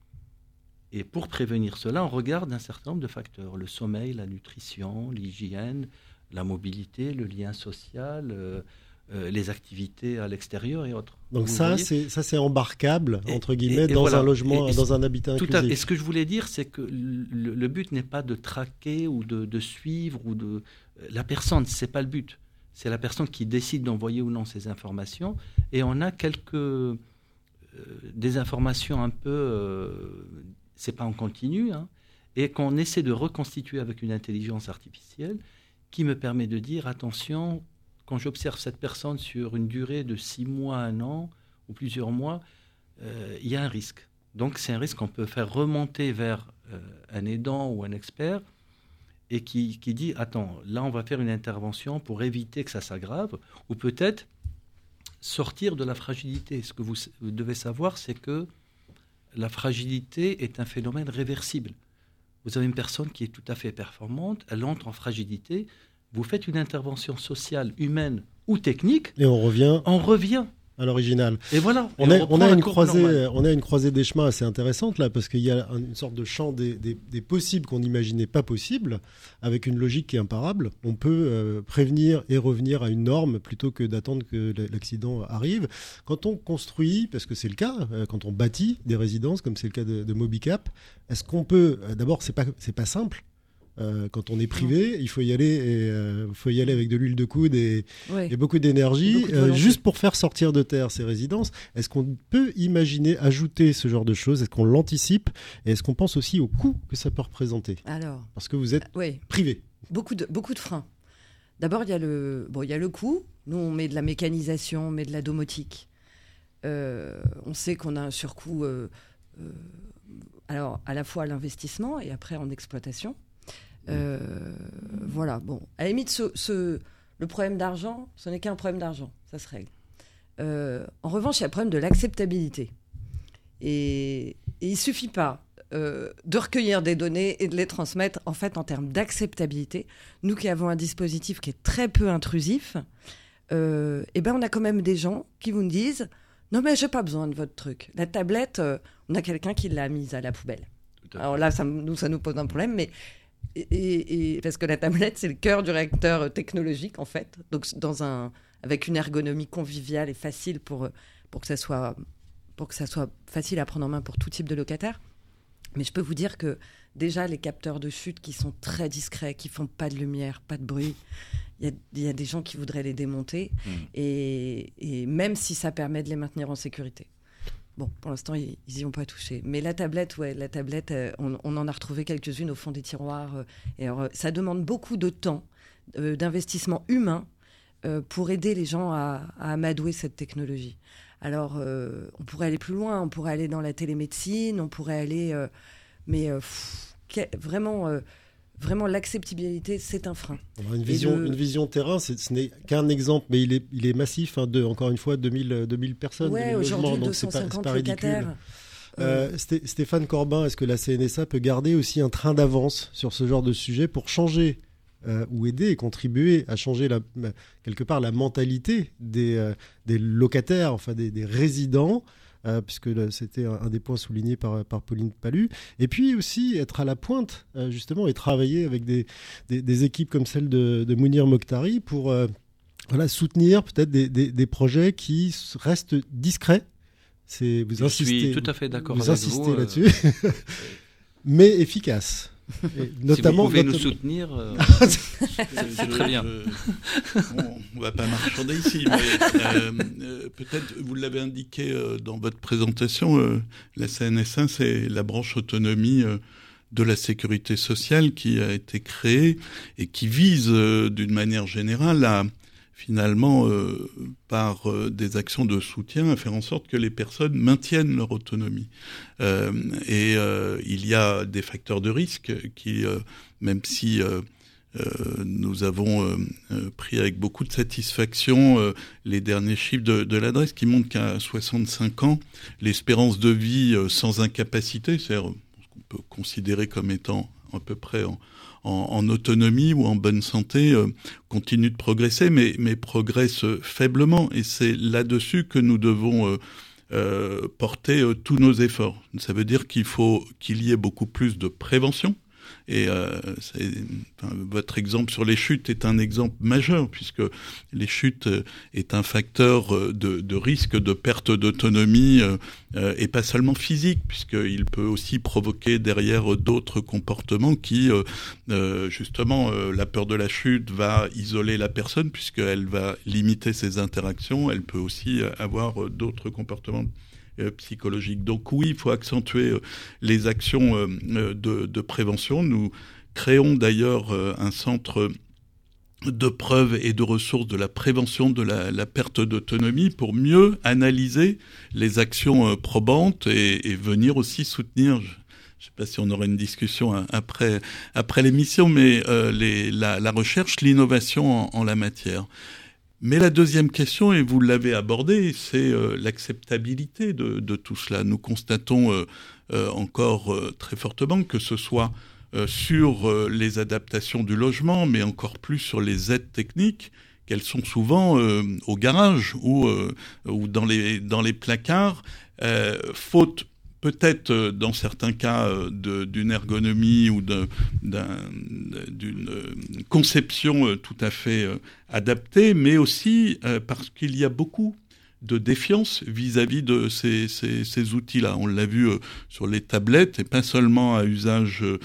Et pour prévenir cela, on regarde un certain nombre de facteurs. Le sommeil, la nutrition, l'hygiène, la mobilité, le lien social, euh, euh, les activités à l'extérieur et autres. Donc ça c'est, ça, c'est embarquable, et, entre guillemets, et, et dans voilà. un logement, et, et dans un habitat tout inclusif. À, et ce que je voulais dire, c'est que le, le but n'est pas de traquer ou de, de suivre ou de... La personne, ce n'est pas le but. C'est la personne qui décide d'envoyer ou non ces informations. Et on a quelques... Euh, des informations un peu... Euh, c'est pas en continu, hein, et qu'on essaie de reconstituer avec une intelligence artificielle qui me permet de dire, attention, quand j'observe cette personne sur une durée de six mois, un an, ou plusieurs mois, euh, il y a un risque. Donc c'est un risque qu'on peut faire remonter vers euh, un aidant ou un expert, et qui, qui dit, attends, là on va faire une intervention pour éviter que ça s'aggrave, ou peut-être sortir de la fragilité. Ce que vous, vous devez savoir, c'est que la fragilité est un phénomène réversible. Vous avez une personne qui est tout à fait performante, elle entre en fragilité, vous faites une intervention sociale, humaine ou technique, et on revient, on revient à l'original. Et voilà. On, et a, on, on, a une croisée, on a une croisée des chemins assez intéressante là, parce qu'il y a une sorte de champ des, des, des possibles qu'on n'imaginait pas possibles, avec une logique qui est imparable. On peut euh, prévenir et revenir à une norme plutôt que d'attendre que l'accident arrive. Quand on construit, parce que c'est le cas, euh, quand on bâtit des résidences, comme c'est le cas de, de Mobicap, est-ce qu'on peut... Euh, d'abord, c'est pas, c'est pas simple. Euh, quand on est privé, il faut y aller, et, euh, faut y aller avec de l'huile de coude et, ouais. et beaucoup d'énergie, beaucoup de euh, juste pour faire sortir de terre ces résidences. Est-ce qu'on peut imaginer ajouter ce genre de choses ? Est-ce qu'on l'anticipe ? Et est-ce qu'on pense aussi au coût que ça peut représenter ? Alors, parce que vous êtes ouais. privé. Beaucoup de, beaucoup de freins. D'abord, il y a le, bon, il y a le coût. Nous, on met de la mécanisation, on met de la domotique. Euh, on sait qu'on a un surcoût, euh, euh, alors à la fois à l'investissement et après en exploitation. Euh, voilà, bon. À la limite, ce, ce, le problème d'argent, ce n'est qu'un problème d'argent, ça se règle. Euh, en revanche, il y a le problème de l'acceptabilité. Et, et il ne suffit pas euh, de recueillir des données et de les transmettre. En fait, en termes d'acceptabilité, nous qui avons un dispositif qui est très peu intrusif, euh, eh ben, on a quand même des gens qui vous disent « Non, mais je n'ai pas besoin de votre truc. La tablette, euh, on a quelqu'un qui l'a mise à la poubelle. » Alors là, ça nous, ça nous pose un problème, mais... Et, et, et parce que la tablette, c'est le cœur du réacteur technologique, en fait. Donc, dans un, avec une ergonomie conviviale et facile pour, pour, que ça soit, pour que ça soit facile à prendre en main pour tout type de locataire. Mais je peux vous dire que déjà, les capteurs de chute qui sont très discrets, qui ne font pas de lumière, pas de bruit, il y, y a des gens qui voudraient les démonter. Mmh. Et, et même si ça permet de les maintenir en sécurité. Bon, pour l'instant, ils n'y ont pas touché. Mais la tablette, ouais, la tablette, euh, on, on en a retrouvé quelques-unes au fond des tiroirs. Euh, et alors, ça demande beaucoup de temps, euh, d'investissement humain euh, pour aider les gens à, à amadouer cette technologie. Alors, euh, on pourrait aller plus loin, on pourrait aller dans la télémédecine, on pourrait aller... Euh, mais euh, pff, que, vraiment, euh, vraiment, l'acceptabilité, c'est un frein. Alors, une, vision, le... une vision terrain, c'est, ce n'est qu'un exemple, mais il est, il est massif. Hein, de, encore une fois, deux mille, deux mille personnes. Oui, aujourd'hui, donc deux cent cinquante locataires. Euh, Sté- Stéphane Corbin, est-ce que la C N S A peut garder aussi un train d'avance sur ce genre de sujet pour changer euh, ou aider et contribuer à changer la, quelque part la mentalité des, euh, des locataires, enfin des, des résidents, euh, puisque là, c'était un, un des points soulignés par, par Pauline Palu, et puis aussi être à la pointe euh, justement et travailler avec des, des, des équipes comme celle de, de Mounir Mokhtari pour euh, voilà, soutenir peut-être des, des, des projets qui restent discrets. C'est, vous Je insistez, suis tout à fait d'accord vous avec insistez vous, là-dessus, euh... mais efficace. Et notamment, si vous pouvez notre... nous soutenir, euh, c'est, c'est très bien. Je, bon, on ne va pas marchander ici, mais euh, euh, peut-être, vous l'avez indiqué euh, dans votre présentation, euh, la C N S A, c'est la branche autonomie euh, de la sécurité sociale qui a été créée et qui vise euh, d'une manière générale à finalement, euh, par euh, des actions de soutien, à faire en sorte que les personnes maintiennent leur autonomie. Euh, et euh, il y a des facteurs de risque qui, euh, même si euh, euh, nous avons euh, euh, pris avec beaucoup de satisfaction euh, les derniers chiffres de, de l'adresse qui montrent qu'à soixante-cinq ans, l'espérance de vie euh, sans incapacité, c'est-à-dire ce qu'on peut considérer comme étant à peu près en En, en autonomie ou en bonne santé, euh, continue de progresser, mais, mais progresse faiblement. Et c'est là-dessus que nous devons euh, euh, porter euh, tous nos efforts. Ça veut dire qu'il faut qu'il y ait beaucoup plus de prévention. Et euh, c'est, enfin, votre exemple sur les chutes est un exemple majeur, puisque les chutes est un facteur de, de risque de perte d'autonomie, euh, et pas seulement physique, puisqu'il peut aussi provoquer derrière d'autres comportements qui, euh, euh, justement, euh, la peur de la chute va isoler la personne, puisqu'elle va limiter ses interactions. Elle peut aussi avoir d'autres comportements psychologique. Donc oui, il faut accentuer euh, les actions euh, de, de prévention. Nous créons d'ailleurs euh, un centre de preuves et de ressources de la prévention de la, la perte d'autonomie pour mieux analyser les actions euh, probantes et, et venir aussi soutenir. Je ne sais pas si on aura une discussion après, après l'émission, mais euh, les, la, la recherche, l'innovation en, en la matière. Mais la deuxième question, et vous l'avez abordée, c'est euh, l'acceptabilité de, de tout cela. Nous constatons euh, euh, encore euh, très fortement que ce soit euh, sur euh, les adaptations du logement, mais encore plus sur les aides techniques, qu'elles sont souvent euh, au garage ou, euh, ou dans les, dans les placards, euh, faute peut-être euh, dans certains cas euh, de, d'une ergonomie ou de, d'un, d'une euh, conception euh, tout à fait euh, adaptée, mais aussi euh, parce qu'il y a beaucoup de défiance vis-à-vis de ces, ces, ces outils-là. On l'a vu euh, sur les tablettes, et pas seulement à usage euh,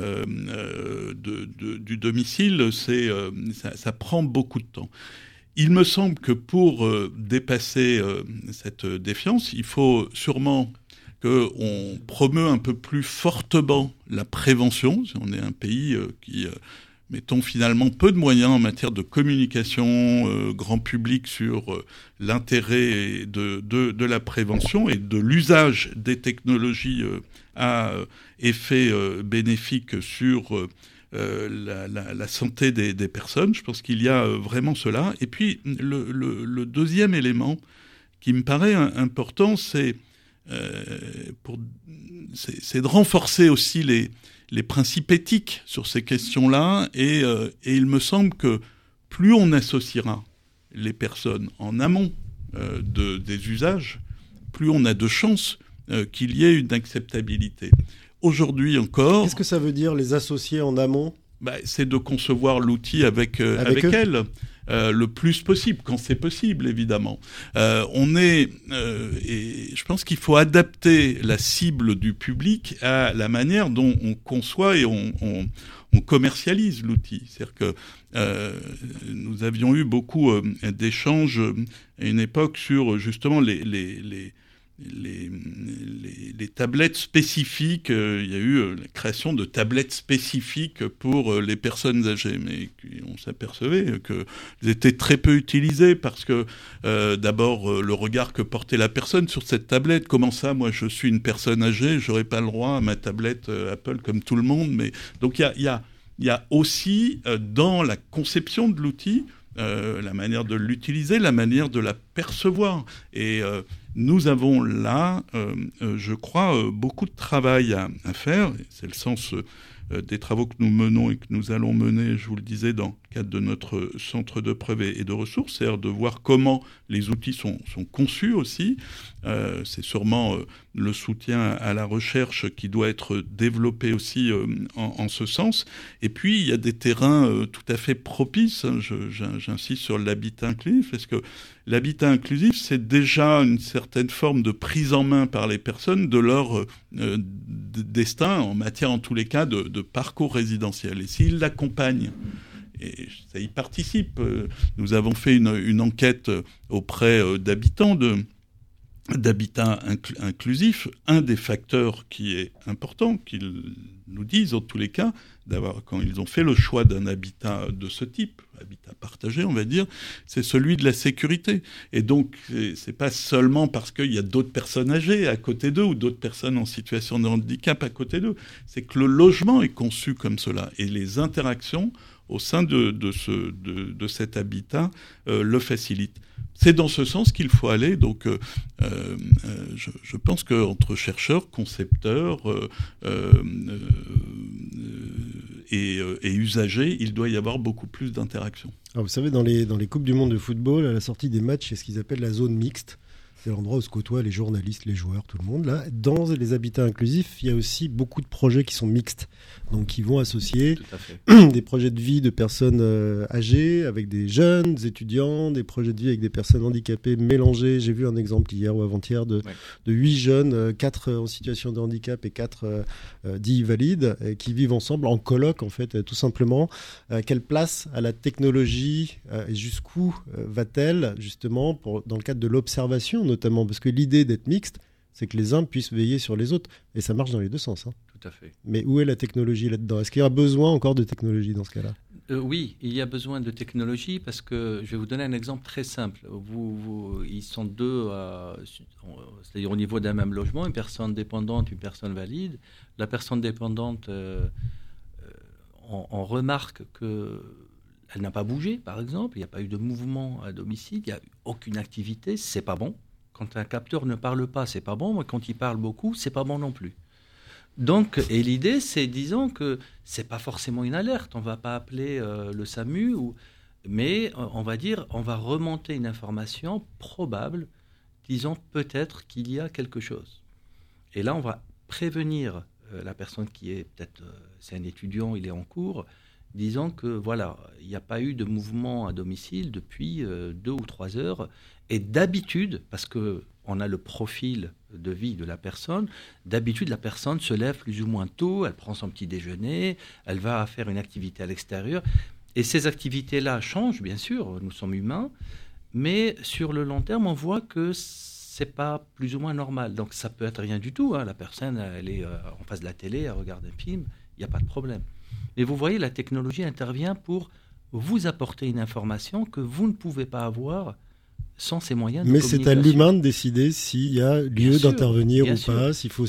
euh, de, de, du domicile, c'est, euh, ça, ça prend beaucoup de temps. Il me semble que pour euh, dépasser euh, cette défiance, il faut sûrement qu'on promeut un peu plus fortement la prévention. On est un pays euh, qui, euh, mettons finalement peu de moyens en matière de communication euh, grand public sur euh, l'intérêt de, de, de la prévention et de l'usage des technologies euh, à euh, effet euh, bénéfique sur euh, euh, la, la, la santé des, des personnes. Je pense qu'il y a euh, vraiment cela. Et puis le, le, le deuxième élément, qui me paraît important, c'est, euh, pour, c'est, c'est de renforcer aussi les, les principes éthiques sur ces questions-là. Et, euh, et il me semble que plus on associera les personnes en amont euh, de, des usages, plus on a de chances euh, qu'il y ait une acceptabilité. Aujourd'hui encore... Qu'est-ce que ça veut dire, les associer en amont ? Bah, c'est de concevoir l'outil avec, euh, avec, avec elle euh, le plus possible, quand c'est possible, évidemment. Euh, on est, euh, et je pense qu'il faut adapter la cible du public à la manière dont on conçoit et on, on, on commercialise l'outil. C'est-à-dire que euh, nous avions eu beaucoup euh, d'échanges à une époque sur justement les... les, les Les, les, les tablettes spécifiques, euh, il y a eu euh, la création de tablettes spécifiques pour euh, les personnes âgées, mais on s'apercevait qu'elles étaient très peu utilisées parce que euh, d'abord euh, le regard que portait la personne sur cette tablette, comment ça, moi je suis une personne âgée, j'aurais pas le droit à ma tablette euh, Apple comme tout le monde, mais donc il y a, y a, y a aussi euh, dans la conception de l'outil Euh, la manière de l'utiliser, la manière de la percevoir. Et euh, nous avons là, euh, euh, je crois, euh, beaucoup de travail à, à faire. C'est le sens euh, des travaux que nous menons et que nous allons mener, je vous le disais, dans le cadre de notre centre de preuve et de ressources, c'est-à-dire de voir comment les outils sont, sont conçus aussi. Euh, c'est sûrement euh, le soutien à la recherche qui doit être développé aussi euh, en, en ce sens. Et puis, il y a des terrains euh, tout à fait propices. Hein, je, j'insiste sur l'habitat inclusif, parce que l'habitat inclusif, c'est déjà une certaine forme de prise en main par les personnes de leur euh, destin, en matière, en tous les cas, de, de parcours résidentiel. Et s'ils l'accompagnent, et ça y participe, euh, nous avons fait une, une enquête auprès euh, d'habitants de d'habitat incl- inclusif, un des facteurs qui est important, qu'ils nous disent en tous les cas, d'avoir, quand ils ont fait le choix d'un habitat de ce type, habitat partagé on va dire, c'est celui de la sécurité. Et donc c'est, c'est pas seulement parce qu'il y a d'autres personnes âgées à côté d'eux ou d'autres personnes en situation de handicap à côté d'eux, c'est que le logement est conçu comme cela et les interactions au sein de, de, ce, de, de cet habitat euh, le facilitent. C'est dans ce sens qu'il faut aller. Donc, euh, euh, je, je pense qu'entre chercheurs, concepteurs euh, euh, et, et usagers, il doit y avoir beaucoup plus d'interactions. Alors vous savez, dans les, dans les Coupes du Monde de football, à la sortie des matchs, c'est ce qu'ils appellent la zone mixte. C'est l'endroit où se côtoient les journalistes, les joueurs, tout le monde. Là, dans les habitats inclusifs, il y a aussi beaucoup de projets qui sont mixtes, donc qui vont associer des projets de vie de personnes euh, âgées avec des jeunes étudiants, des projets de vie avec des personnes handicapées mélangés. J'ai vu un exemple hier ou avant-hier de, ouais. de huit jeunes, euh, quatre en situation de handicap et quatre euh, euh, dits valides, euh, qui vivent ensemble en coloc, en fait, euh, tout simplement. Euh, quelle place à la technologie euh, et jusqu'où euh, va-t-elle, justement, pour, dans le cadre de l'observation, notamment, parce que l'idée d'être mixte, c'est que les uns puissent veiller sur les autres. Et ça marche dans les deux sens. Hein. Tout à fait. Mais où est la technologie là-dedans ? Est-ce qu'il y a besoin encore de technologie dans ce cas-là ? euh, Oui, il y a besoin de technologie parce que, je vais vous donner un exemple très simple. Vous, vous, ils sont deux, euh, c'est-à-dire au niveau d'un même logement, une personne dépendante, une personne valide. La personne dépendante, euh, euh, on, on remarque que elle n'a pas bougé, par exemple, il n'y a pas eu de mouvement à domicile, il n'y a eu aucune activité, c'est pas bon. Quand un capteur ne parle pas, c'est pas bon, mais quand il parle beaucoup, c'est pas bon non plus. Donc, et l'idée, c'est, disons que c'est pas forcément une alerte, on va pas appeler euh, le SAMU, ou, mais euh, on va dire, on va remonter une information probable, disons peut-être qu'il y a quelque chose. Et là, on va prévenir euh, la personne qui est peut-être, euh, c'est un étudiant, il est en cours, disons que voilà, il n'y a pas eu de mouvement à domicile depuis euh, deux ou trois heures. Et d'habitude, parce qu'on a le profil de vie de la personne, d'habitude la personne se lève plus ou moins tôt, elle prend son petit déjeuner, elle va faire une activité à l'extérieur. Et ces activités-là changent, bien sûr, nous sommes humains, mais sur le long terme, on voit que c'est pas plus ou moins normal. Donc ça peut être rien du tout. Hein. La personne, elle est euh, en face de la télé, elle regarde un film, il n'y a pas de problème. Mais vous voyez, la technologie intervient pour vous apporter une information que vous ne pouvez pas avoir sans ces moyens de Mais communication. c'est à l'humain de décider s'il y a lieu bien d'intervenir sûr, ou sûr. pas, s'il faut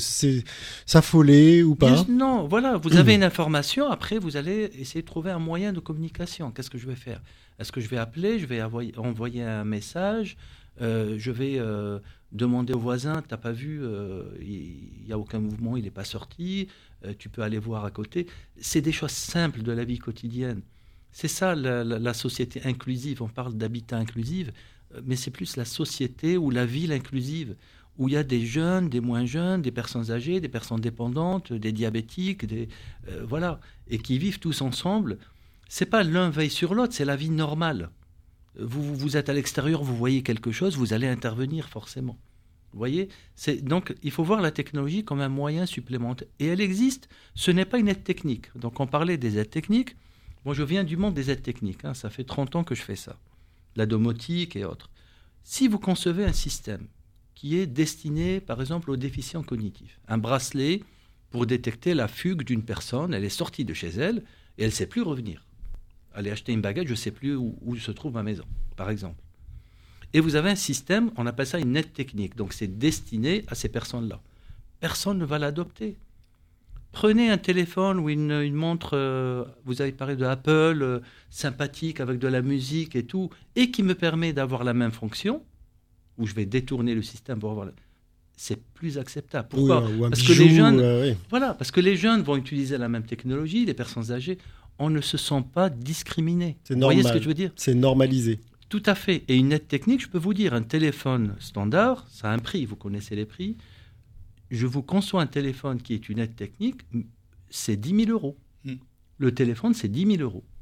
s'affoler ou pas. Bien, non, voilà, vous avez une information, après vous allez essayer de trouver un moyen de communication. Qu'est-ce que je vais faire ? Est-ce que je vais appeler ? Je vais envoyer, envoyer un message ? Euh, je vais euh, demander au voisin, t'as pas vu, euh, il n'y a aucun mouvement, il n'est pas sorti, euh, tu peux aller voir à côté. C'est des choses simples de la vie quotidienne. C'est ça la, la, la société inclusive. On parle d'habitat inclusif, mais c'est plus la société ou la ville inclusive, où il y a des jeunes, des moins jeunes, des personnes âgées, des personnes dépendantes, des diabétiques, des, euh, voilà, et qui vivent tous ensemble. C'est pas l'un veille sur l'autre, c'est la vie normale. Vous, vous êtes à l'extérieur, vous voyez quelque chose, vous allez intervenir forcément. Vous voyez, c'est, donc il faut voir la technologie comme un moyen supplémentaire. Et elle existe, ce n'est pas une aide technique. Donc on parlait des aides techniques. Moi je viens du monde des aides techniques, hein, ça fait trente ans que je fais ça. La domotique et autres. Si vous concevez un système qui est destiné par exemple aux déficients cognitifs, un bracelet pour détecter la fugue d'une personne, elle est sortie de chez elle et elle ne sait plus revenir. Aller acheter une baguette, je ne sais plus où, où se trouve ma maison, par exemple. Et vous avez un système, on appelle ça une aide technique. Donc c'est destiné à ces personnes-là. Personne ne va l'adopter. Prenez un téléphone ou une, une montre, euh, vous avez parlé de Apple, euh, sympathique, avec de la musique et tout, et qui me permet d'avoir la même fonction, où je vais détourner le système pour avoir... Le... C'est plus acceptable. Pourquoi ? Oui, ou un parce bijou, que les jeunes, euh, oui. Voilà, parce que les jeunes vont utiliser la même technologie, les personnes âgées, on ne se sent pas discriminé. C'est vous normal. voyez ce que je veux dire ? C'est normalisé. Tout à fait. Et une aide technique, je peux vous dire, un téléphone standard, ça a un prix, vous connaissez les prix. Je vous conçois un téléphone qui est une aide technique, c'est dix mille euros. Mm. Le téléphone, c'est dix mille euros.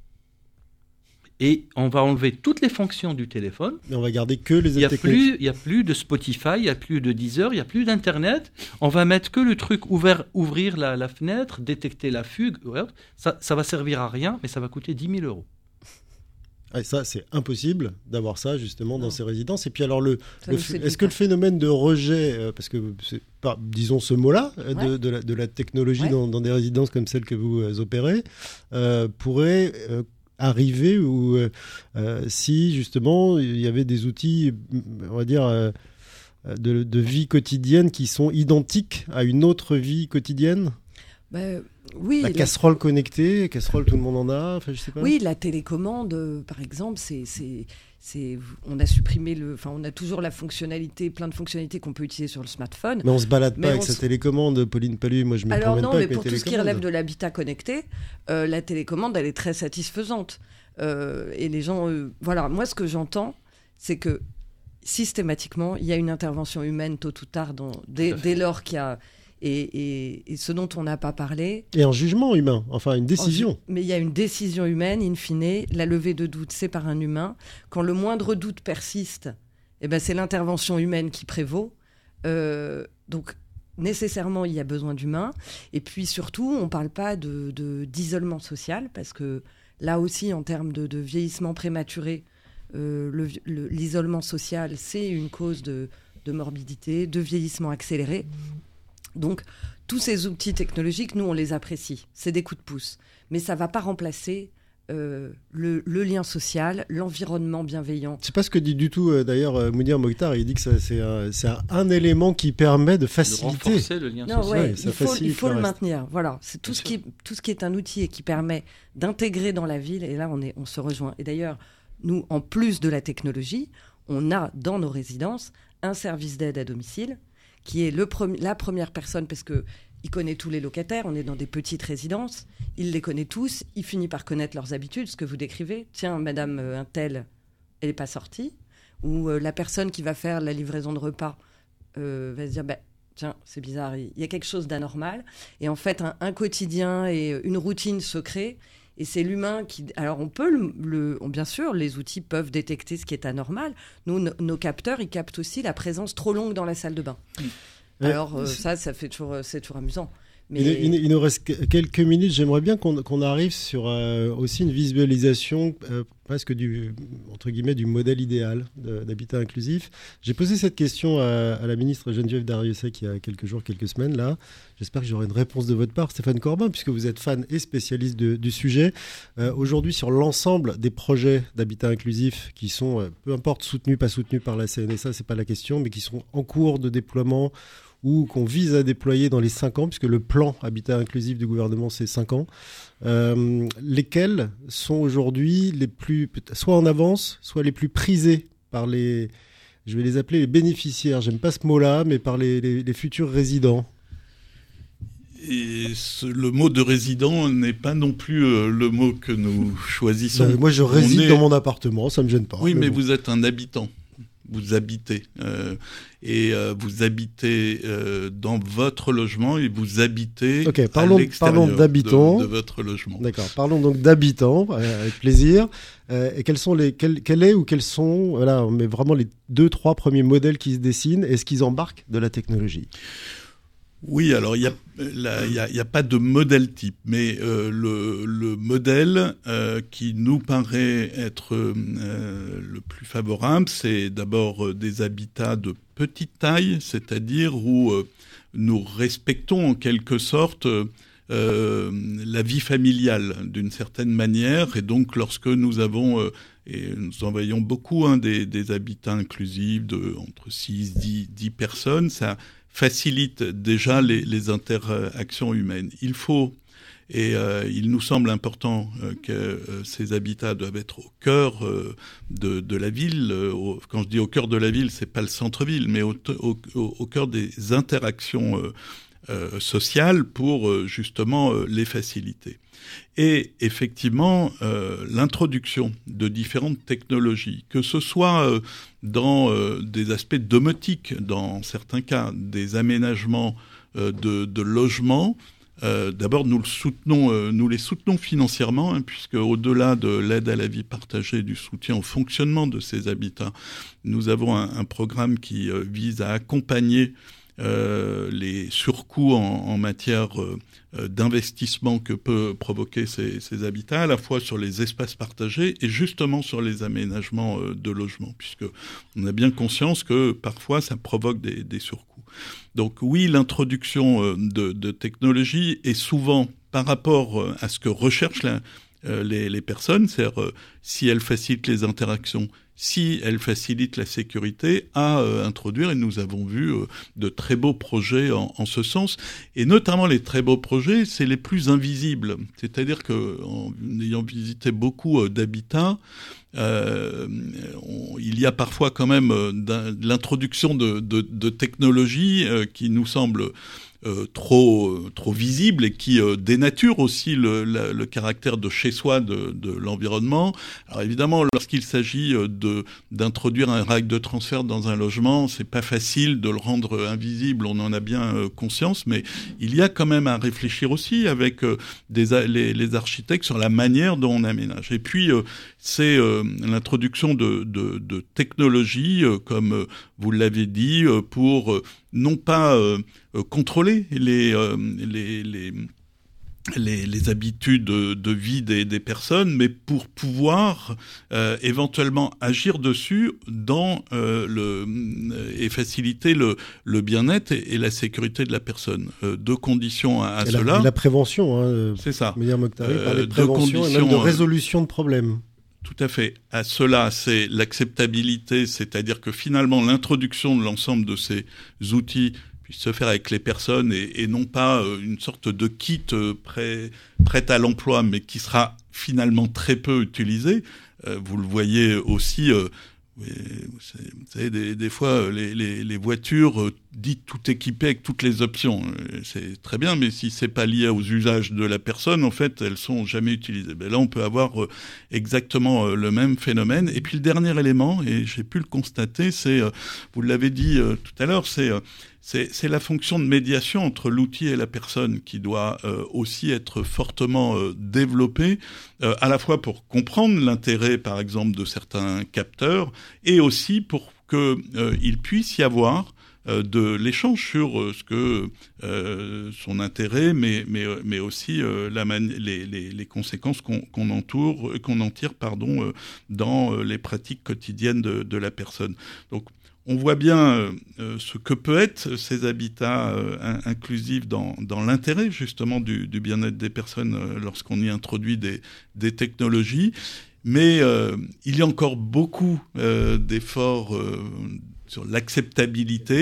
Et on va enlever toutes les fonctions du téléphone. Mais on va garder que les aides il y a techniques. Plus, il n'y a plus de Spotify, il n'y a plus de Deezer, il n'y a plus d'Internet. On va mettre que le truc ouvert, ouvrir la, la fenêtre, détecter la fugue. Ça, ça va servir à rien, mais ça va coûter dix mille euros. Ah, ça, c'est impossible d'avoir ça justement non. dans ces résidences. Et puis alors, le, le f... est-ce que le phénomène de rejet, euh, parce que c'est pas, disons ce mot-là, ouais. de, de, la, de la technologie ouais. dans, dans des résidences comme celles que vous euh, opérez, euh, pourrait euh, arriver ou euh, si justement il y avait des outils, on va dire, euh, de, de vie quotidienne qui sont identiques à une autre vie quotidienne. Bah, oui, la casserole la... connectée, casserole tout le monde en a, enfin je sais pas. Oui, la télécommande, euh, par exemple, c'est, c'est, c'est, on a supprimé le, enfin on a toujours la fonctionnalité, plein de fonctionnalités qu'on peut utiliser sur le smartphone. Mais on se balade mais pas avec se... sa télécommande, Pauline Palu. Moi je me Alors promène non, pas mais avec mes pour tout ce qui relève de l'habitat connecté, euh, la télécommande elle est très satisfaisante. Euh, et les gens, euh, voilà, moi ce que j'entends, c'est que systématiquement il y a une intervention humaine tôt ou tard, dans, dès, dès lors qu'il y a Et, et, et ce dont on n'a pas parlé... Et un jugement humain, enfin une décision. Ju- mais il y a une décision humaine, in fine. La levée de doute, c'est par un humain. Quand le moindre doute persiste, eh ben, c'est l'intervention humaine qui prévaut. Euh, donc, nécessairement, il y a besoin d'humains. Et puis, surtout, on ne parle pas de, de, d'isolement social, parce que là aussi, en termes de, de vieillissement prématuré, euh, le, le, l'isolement social, c'est une cause de, de morbidité, de vieillissement accéléré. Donc, tous ces outils technologiques, nous, on les apprécie. C'est des coups de pouce. Mais ça ne va pas remplacer euh, le, le lien social, l'environnement bienveillant. C'est pas ce que dit du tout, euh, d'ailleurs, euh, Mounir Mokhtar. Il dit que ça, c'est, un, c'est un, un élément qui permet de faciliter. De renforcer le lien non, social. Ouais, ouais, il faut, il faut le, le maintenir. Voilà. C'est tout ce, qui, tout ce qui est un outil et qui permet d'intégrer dans la ville. Et là, on, est, on se rejoint. Et d'ailleurs, nous, en plus de la technologie, on a dans nos résidences un service d'aide à domicile qui est le pre- la première personne, parce qu'il connaît tous les locataires, on est dans des petites résidences, il les connaît tous, il finit par connaître leurs habitudes, ce que vous décrivez. Tiens, madame euh, un tel, elle n'est pas sortie. Ou euh, la personne qui va faire la livraison de repas euh, va se dire, bah, tiens, c'est bizarre, il y a quelque chose d'anormal. Et en fait, un, un quotidien et une routine se créent. Et c'est l'humain qui... Alors, on peut, le, le, bien sûr, les outils peuvent détecter ce qui est anormal. Nous, no, nos capteurs, ils captent aussi la présence trop longue dans la salle de bain. Mmh. Alors, euh, ça, ça fait toujours, c'est toujours amusant. Mais... Il, il, il nous reste quelques minutes. J'aimerais bien qu'on, qu'on arrive sur euh, aussi une visualisation euh, presque du, entre guillemets, du modèle idéal de, d'habitat inclusif. J'ai posé cette question à, à la ministre Geneviève Darrieussecq il y a quelques jours, quelques semaines. Là. J'espère que j'aurai une réponse de votre part, Stéphane Corbin, puisque vous êtes fan et spécialiste de, du sujet. Euh, aujourd'hui, sur l'ensemble des projets d'habitat inclusif qui sont, euh, peu importe, soutenus, pas soutenus par la C N S A, c'est pas la question, mais qui sont en cours de déploiement ou qu'on vise à déployer dans les cinq ans, puisque le plan habitat inclusif du gouvernement, c'est cinq ans, euh, lesquels sont aujourd'hui les plus, soit en avance, soit les plus prisés par les, je vais les appeler les bénéficiaires. J'aime pas ce mot-là, mais par les, les, les futurs résidents. Et ce, le mot de résident n'est pas non plus euh, le mot que nous choisissons. Ben, moi, je réside est... dans mon appartement, ça me gêne pas. Oui, mais, mais bon. vous êtes un habitant. Vous habitez. Euh, et euh, vous habitez euh, dans votre logement et vous habitez okay, parlons, à l'extérieur parlons d'habitants. De, de votre logement. D'accord. Parlons donc d'habitants, euh, avec plaisir. Euh, et quels sont les, quel, quel est ou quels sont, voilà, mais vraiment les deux, trois premiers modèles qui se dessinent. Est-ce qu'ils embarquent de la technologie ? Oui, alors il n'y a, y a, y a pas de modèle type, mais euh, le, le modèle euh, qui nous paraît être euh, le plus favorable, c'est d'abord euh, des habitats de petite taille, c'est-à-dire où euh, nous respectons en quelque sorte euh, la vie familiale d'une certaine manière, et donc lorsque nous avons... Euh, Et nous en voyons beaucoup, hein, des, des habitats inclusifs de entre six et dix personnes. Ça facilite déjà les, les interactions humaines. Il faut, et euh, il nous semble important euh, que euh, ces habitats doivent être au cœur euh, de, de la ville. Euh, au, quand je dis au cœur de la ville, c'est pas le centre-ville, mais au, au, au cœur des interactions euh, euh, sociales pour euh, justement euh, les faciliter. Et effectivement, euh, l'introduction de différentes technologies, que ce soit euh, dans euh, des aspects domotiques, dans certains cas, des aménagements euh, de, de logements, euh, d'abord nous, le soutenons, euh, nous les soutenons financièrement, hein, puisque au-delà de l'aide à la vie partagée, du soutien au fonctionnement de ces habitats, nous avons un, un programme qui euh, vise à accompagner Euh, les surcoûts en, en matière euh, d'investissement que peut provoquer ces, ces habitats, à la fois sur les espaces partagés et justement sur les aménagements euh, de logement, puisque on a bien conscience que parfois ça provoque des, des surcoûts. Donc oui, l'introduction euh, de, de technologies est souvent par rapport euh, à ce que recherchent la, euh, les, les personnes, c'est-à-dire euh, si elles facilitent les interactions, si elle facilite la sécurité, à euh, introduire. Et nous avons vu euh, de très beaux projets en, en ce sens. Et notamment les très beaux projets, c'est les plus invisibles. C'est-à-dire que, en ayant visité beaucoup euh, d'habitats, euh, on, il y a parfois quand même euh, de l'introduction de, de, de technologies euh, qui nous semblent Euh, trop euh, trop visible et qui euh, dénature aussi le, la, le caractère de chez soi de, de l'environnement. Alors évidemment, lorsqu'il s'agit euh, de d'introduire un rack de transfert dans un logement, c'est pas facile de le rendre invisible, on en a bien euh, conscience, mais il y a quand même à réfléchir aussi avec euh, des les, les architectes sur la manière dont on aménage. Et puis euh, c'est euh, l'introduction de, de, de technologies, euh, comme euh, vous l'avez dit, euh, pour euh, non pas euh, euh, contrôler les, euh, les, les, les, les habitudes de, de vie des, des personnes, mais pour pouvoir euh, éventuellement agir dessus dans, euh, le, et faciliter le, le bien-être et, et la sécurité de la personne. Euh, deux conditions à, à et cela. La, et la prévention, hein, c'est ça. Meilleur Mokhtari, Euh, parlait de prévention et même de résolution de problèmes. Tout à fait. À cela, c'est l'acceptabilité, c'est-à-dire que finalement, l'introduction de l'ensemble de ces outils puisse se faire avec les personnes et, et non pas euh, une sorte de kit euh, prêt, prêt à l'emploi, mais qui sera finalement très peu utilisé. Euh, vous le voyez aussi... Euh, Vous savez, des, des fois, les, les, les voitures euh, dites tout équipées avec toutes les options. Euh, c'est très bien, mais si c'est pas lié aux usages de la personne, en fait, elles sont jamais utilisées. Ben là, on peut avoir euh, exactement euh, le même phénomène. Et puis le dernier élément, et j'ai pu le constater, c'est, euh, vous l'avez dit euh, tout à l'heure, c'est euh, C'est, c'est la fonction de médiation entre l'outil et la personne qui doit euh, aussi être fortement euh, développée, euh, à la fois pour comprendre l'intérêt, par exemple, de certains capteurs, et aussi pour qu'il euh, puisse y avoir euh, de l'échange sur euh, ce que euh, son intérêt, mais mais mais aussi euh, la mani- les, les les conséquences qu'on qu'on entoure, qu'on en tire, pardon, euh, dans euh, les pratiques quotidiennes de, de la personne. Donc on voit bien euh, ce que peut être ces habitats euh, inclusifs dans, dans l'intérêt justement du, du bien-être des personnes euh, lorsqu'on y introduit des, des technologies. Mais euh, il y a encore beaucoup euh, d'efforts euh, sur l'acceptabilité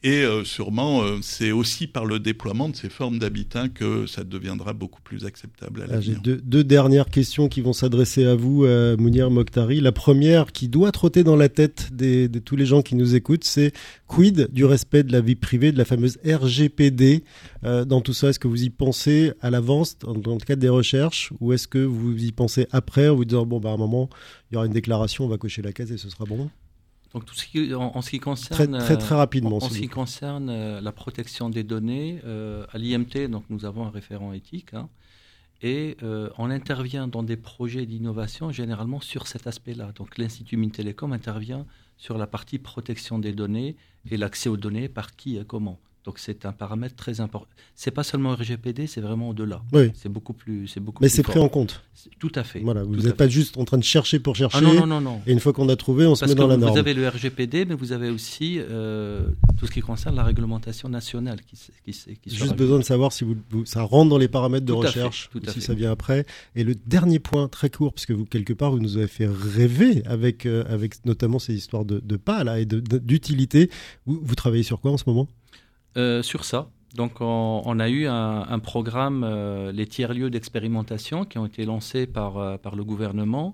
Et euh, sûrement, euh, c'est aussi par le déploiement de ces formes d'habitat que ça deviendra beaucoup plus acceptable à l'avenir. J'ai deux, deux dernières questions qui vont s'adresser à vous, euh, Mounir Mokhtari. La première, qui doit trotter dans la tête des, de tous les gens qui nous écoutent, c'est quid du respect de la vie privée, de la fameuse R G P D euh, dans tout ça? Est-ce que vous y pensez à l'avance, dans, dans le cadre des recherches, ou est-ce que vous y pensez après, en vous disant, bon, bah, à un moment, il y aura une déclaration, on va cocher la case et ce sera bon? Donc, tout ce qui, en, en ce qui concerne, très, très, très rapidement, en, en ce qui concerne euh, la protection des données, euh, à l'I M T, donc nous avons un référent éthique, hein, et euh, on intervient dans des projets d'innovation généralement sur cet aspect-là. Donc, l'Institut Mintelecom intervient sur la partie protection des données et l'accès aux données par qui et comment. Donc c'est un paramètre très important. C'est pas seulement R G P D, c'est vraiment au-delà. Oui. C'est beaucoup plus, c'est beaucoup. Mais plus c'est fort. pris en compte. Tout à fait. Voilà, vous n'êtes n'êtes pas juste en train de chercher pour chercher. Ah non non non non. Et une fois qu'on a trouvé, on Parce se met que dans la vous norme. Vous avez le R G P D, mais vous avez aussi euh, tout ce qui concerne la réglementation nationale qui, qui, qui Juste besoin de savoir si vous, vous, ça rentre dans les paramètres de tout recherche, fait, ou si fait. ça vient après. Et le dernier point très court, puisque vous quelque part vous nous avez fait rêver avec euh, avec notamment ces histoires de, de pas là et de, de, d'utilité. Vous, vous travaillez sur quoi en ce moment? euh, Sur ça. Donc, on, on a eu un, un programme, euh, les tiers-lieux d'expérimentation, qui ont été lancés par, euh, par le gouvernement.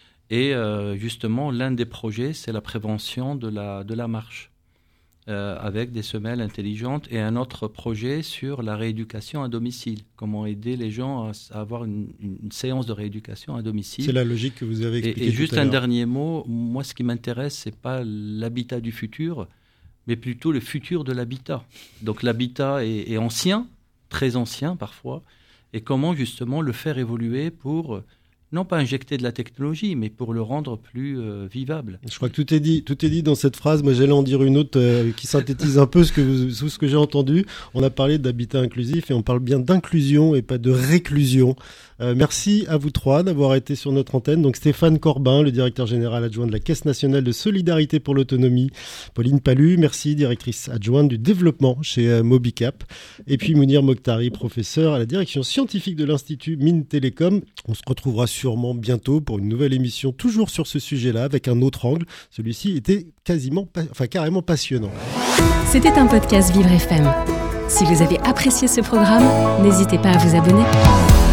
Et euh, justement, l'un des projets, c'est la prévention de la, de la marche, euh, avec des semelles intelligentes. Et un autre projet sur la rééducation à domicile. Comment aider les gens à, à avoir une, une séance de rééducation à domicile. C'est la logique que vous avez expliquée. Et, et juste tout à un l'heure. dernier mot. Moi, ce qui m'intéresse, ce n'est pas l'habitat du futur, mais plutôt le futur de l'habitat. Donc l'habitat est, est ancien, très ancien parfois, et comment justement le faire évoluer pour, non pas injecter de la technologie, mais pour le rendre plus euh, vivable. Je crois que tout est dit, tout est dit dans cette phrase. Moi, j'allais en dire une autre euh, qui synthétise un peu ce que, vous, ce que j'ai entendu. On a parlé d'habitat inclusif et on parle bien d'inclusion et pas de réclusion. Euh, merci à vous trois d'avoir été sur notre antenne. Donc Stéphane Corbin, le directeur général adjoint de la Caisse nationale de solidarité pour l'autonomie. Pauline Palu, merci, directrice adjointe du développement chez euh, Mobicap. Et puis Mounir Mokhtari, professeur à la direction scientifique de l'Institut Mintelecom. On se retrouvera sûrement bientôt pour une nouvelle émission, toujours sur ce sujet-là, avec un autre angle. Celui-ci était quasiment, enfin carrément passionnant. C'était un podcast Vivre F M. Si vous avez apprécié ce programme, n'hésitez pas à vous abonner.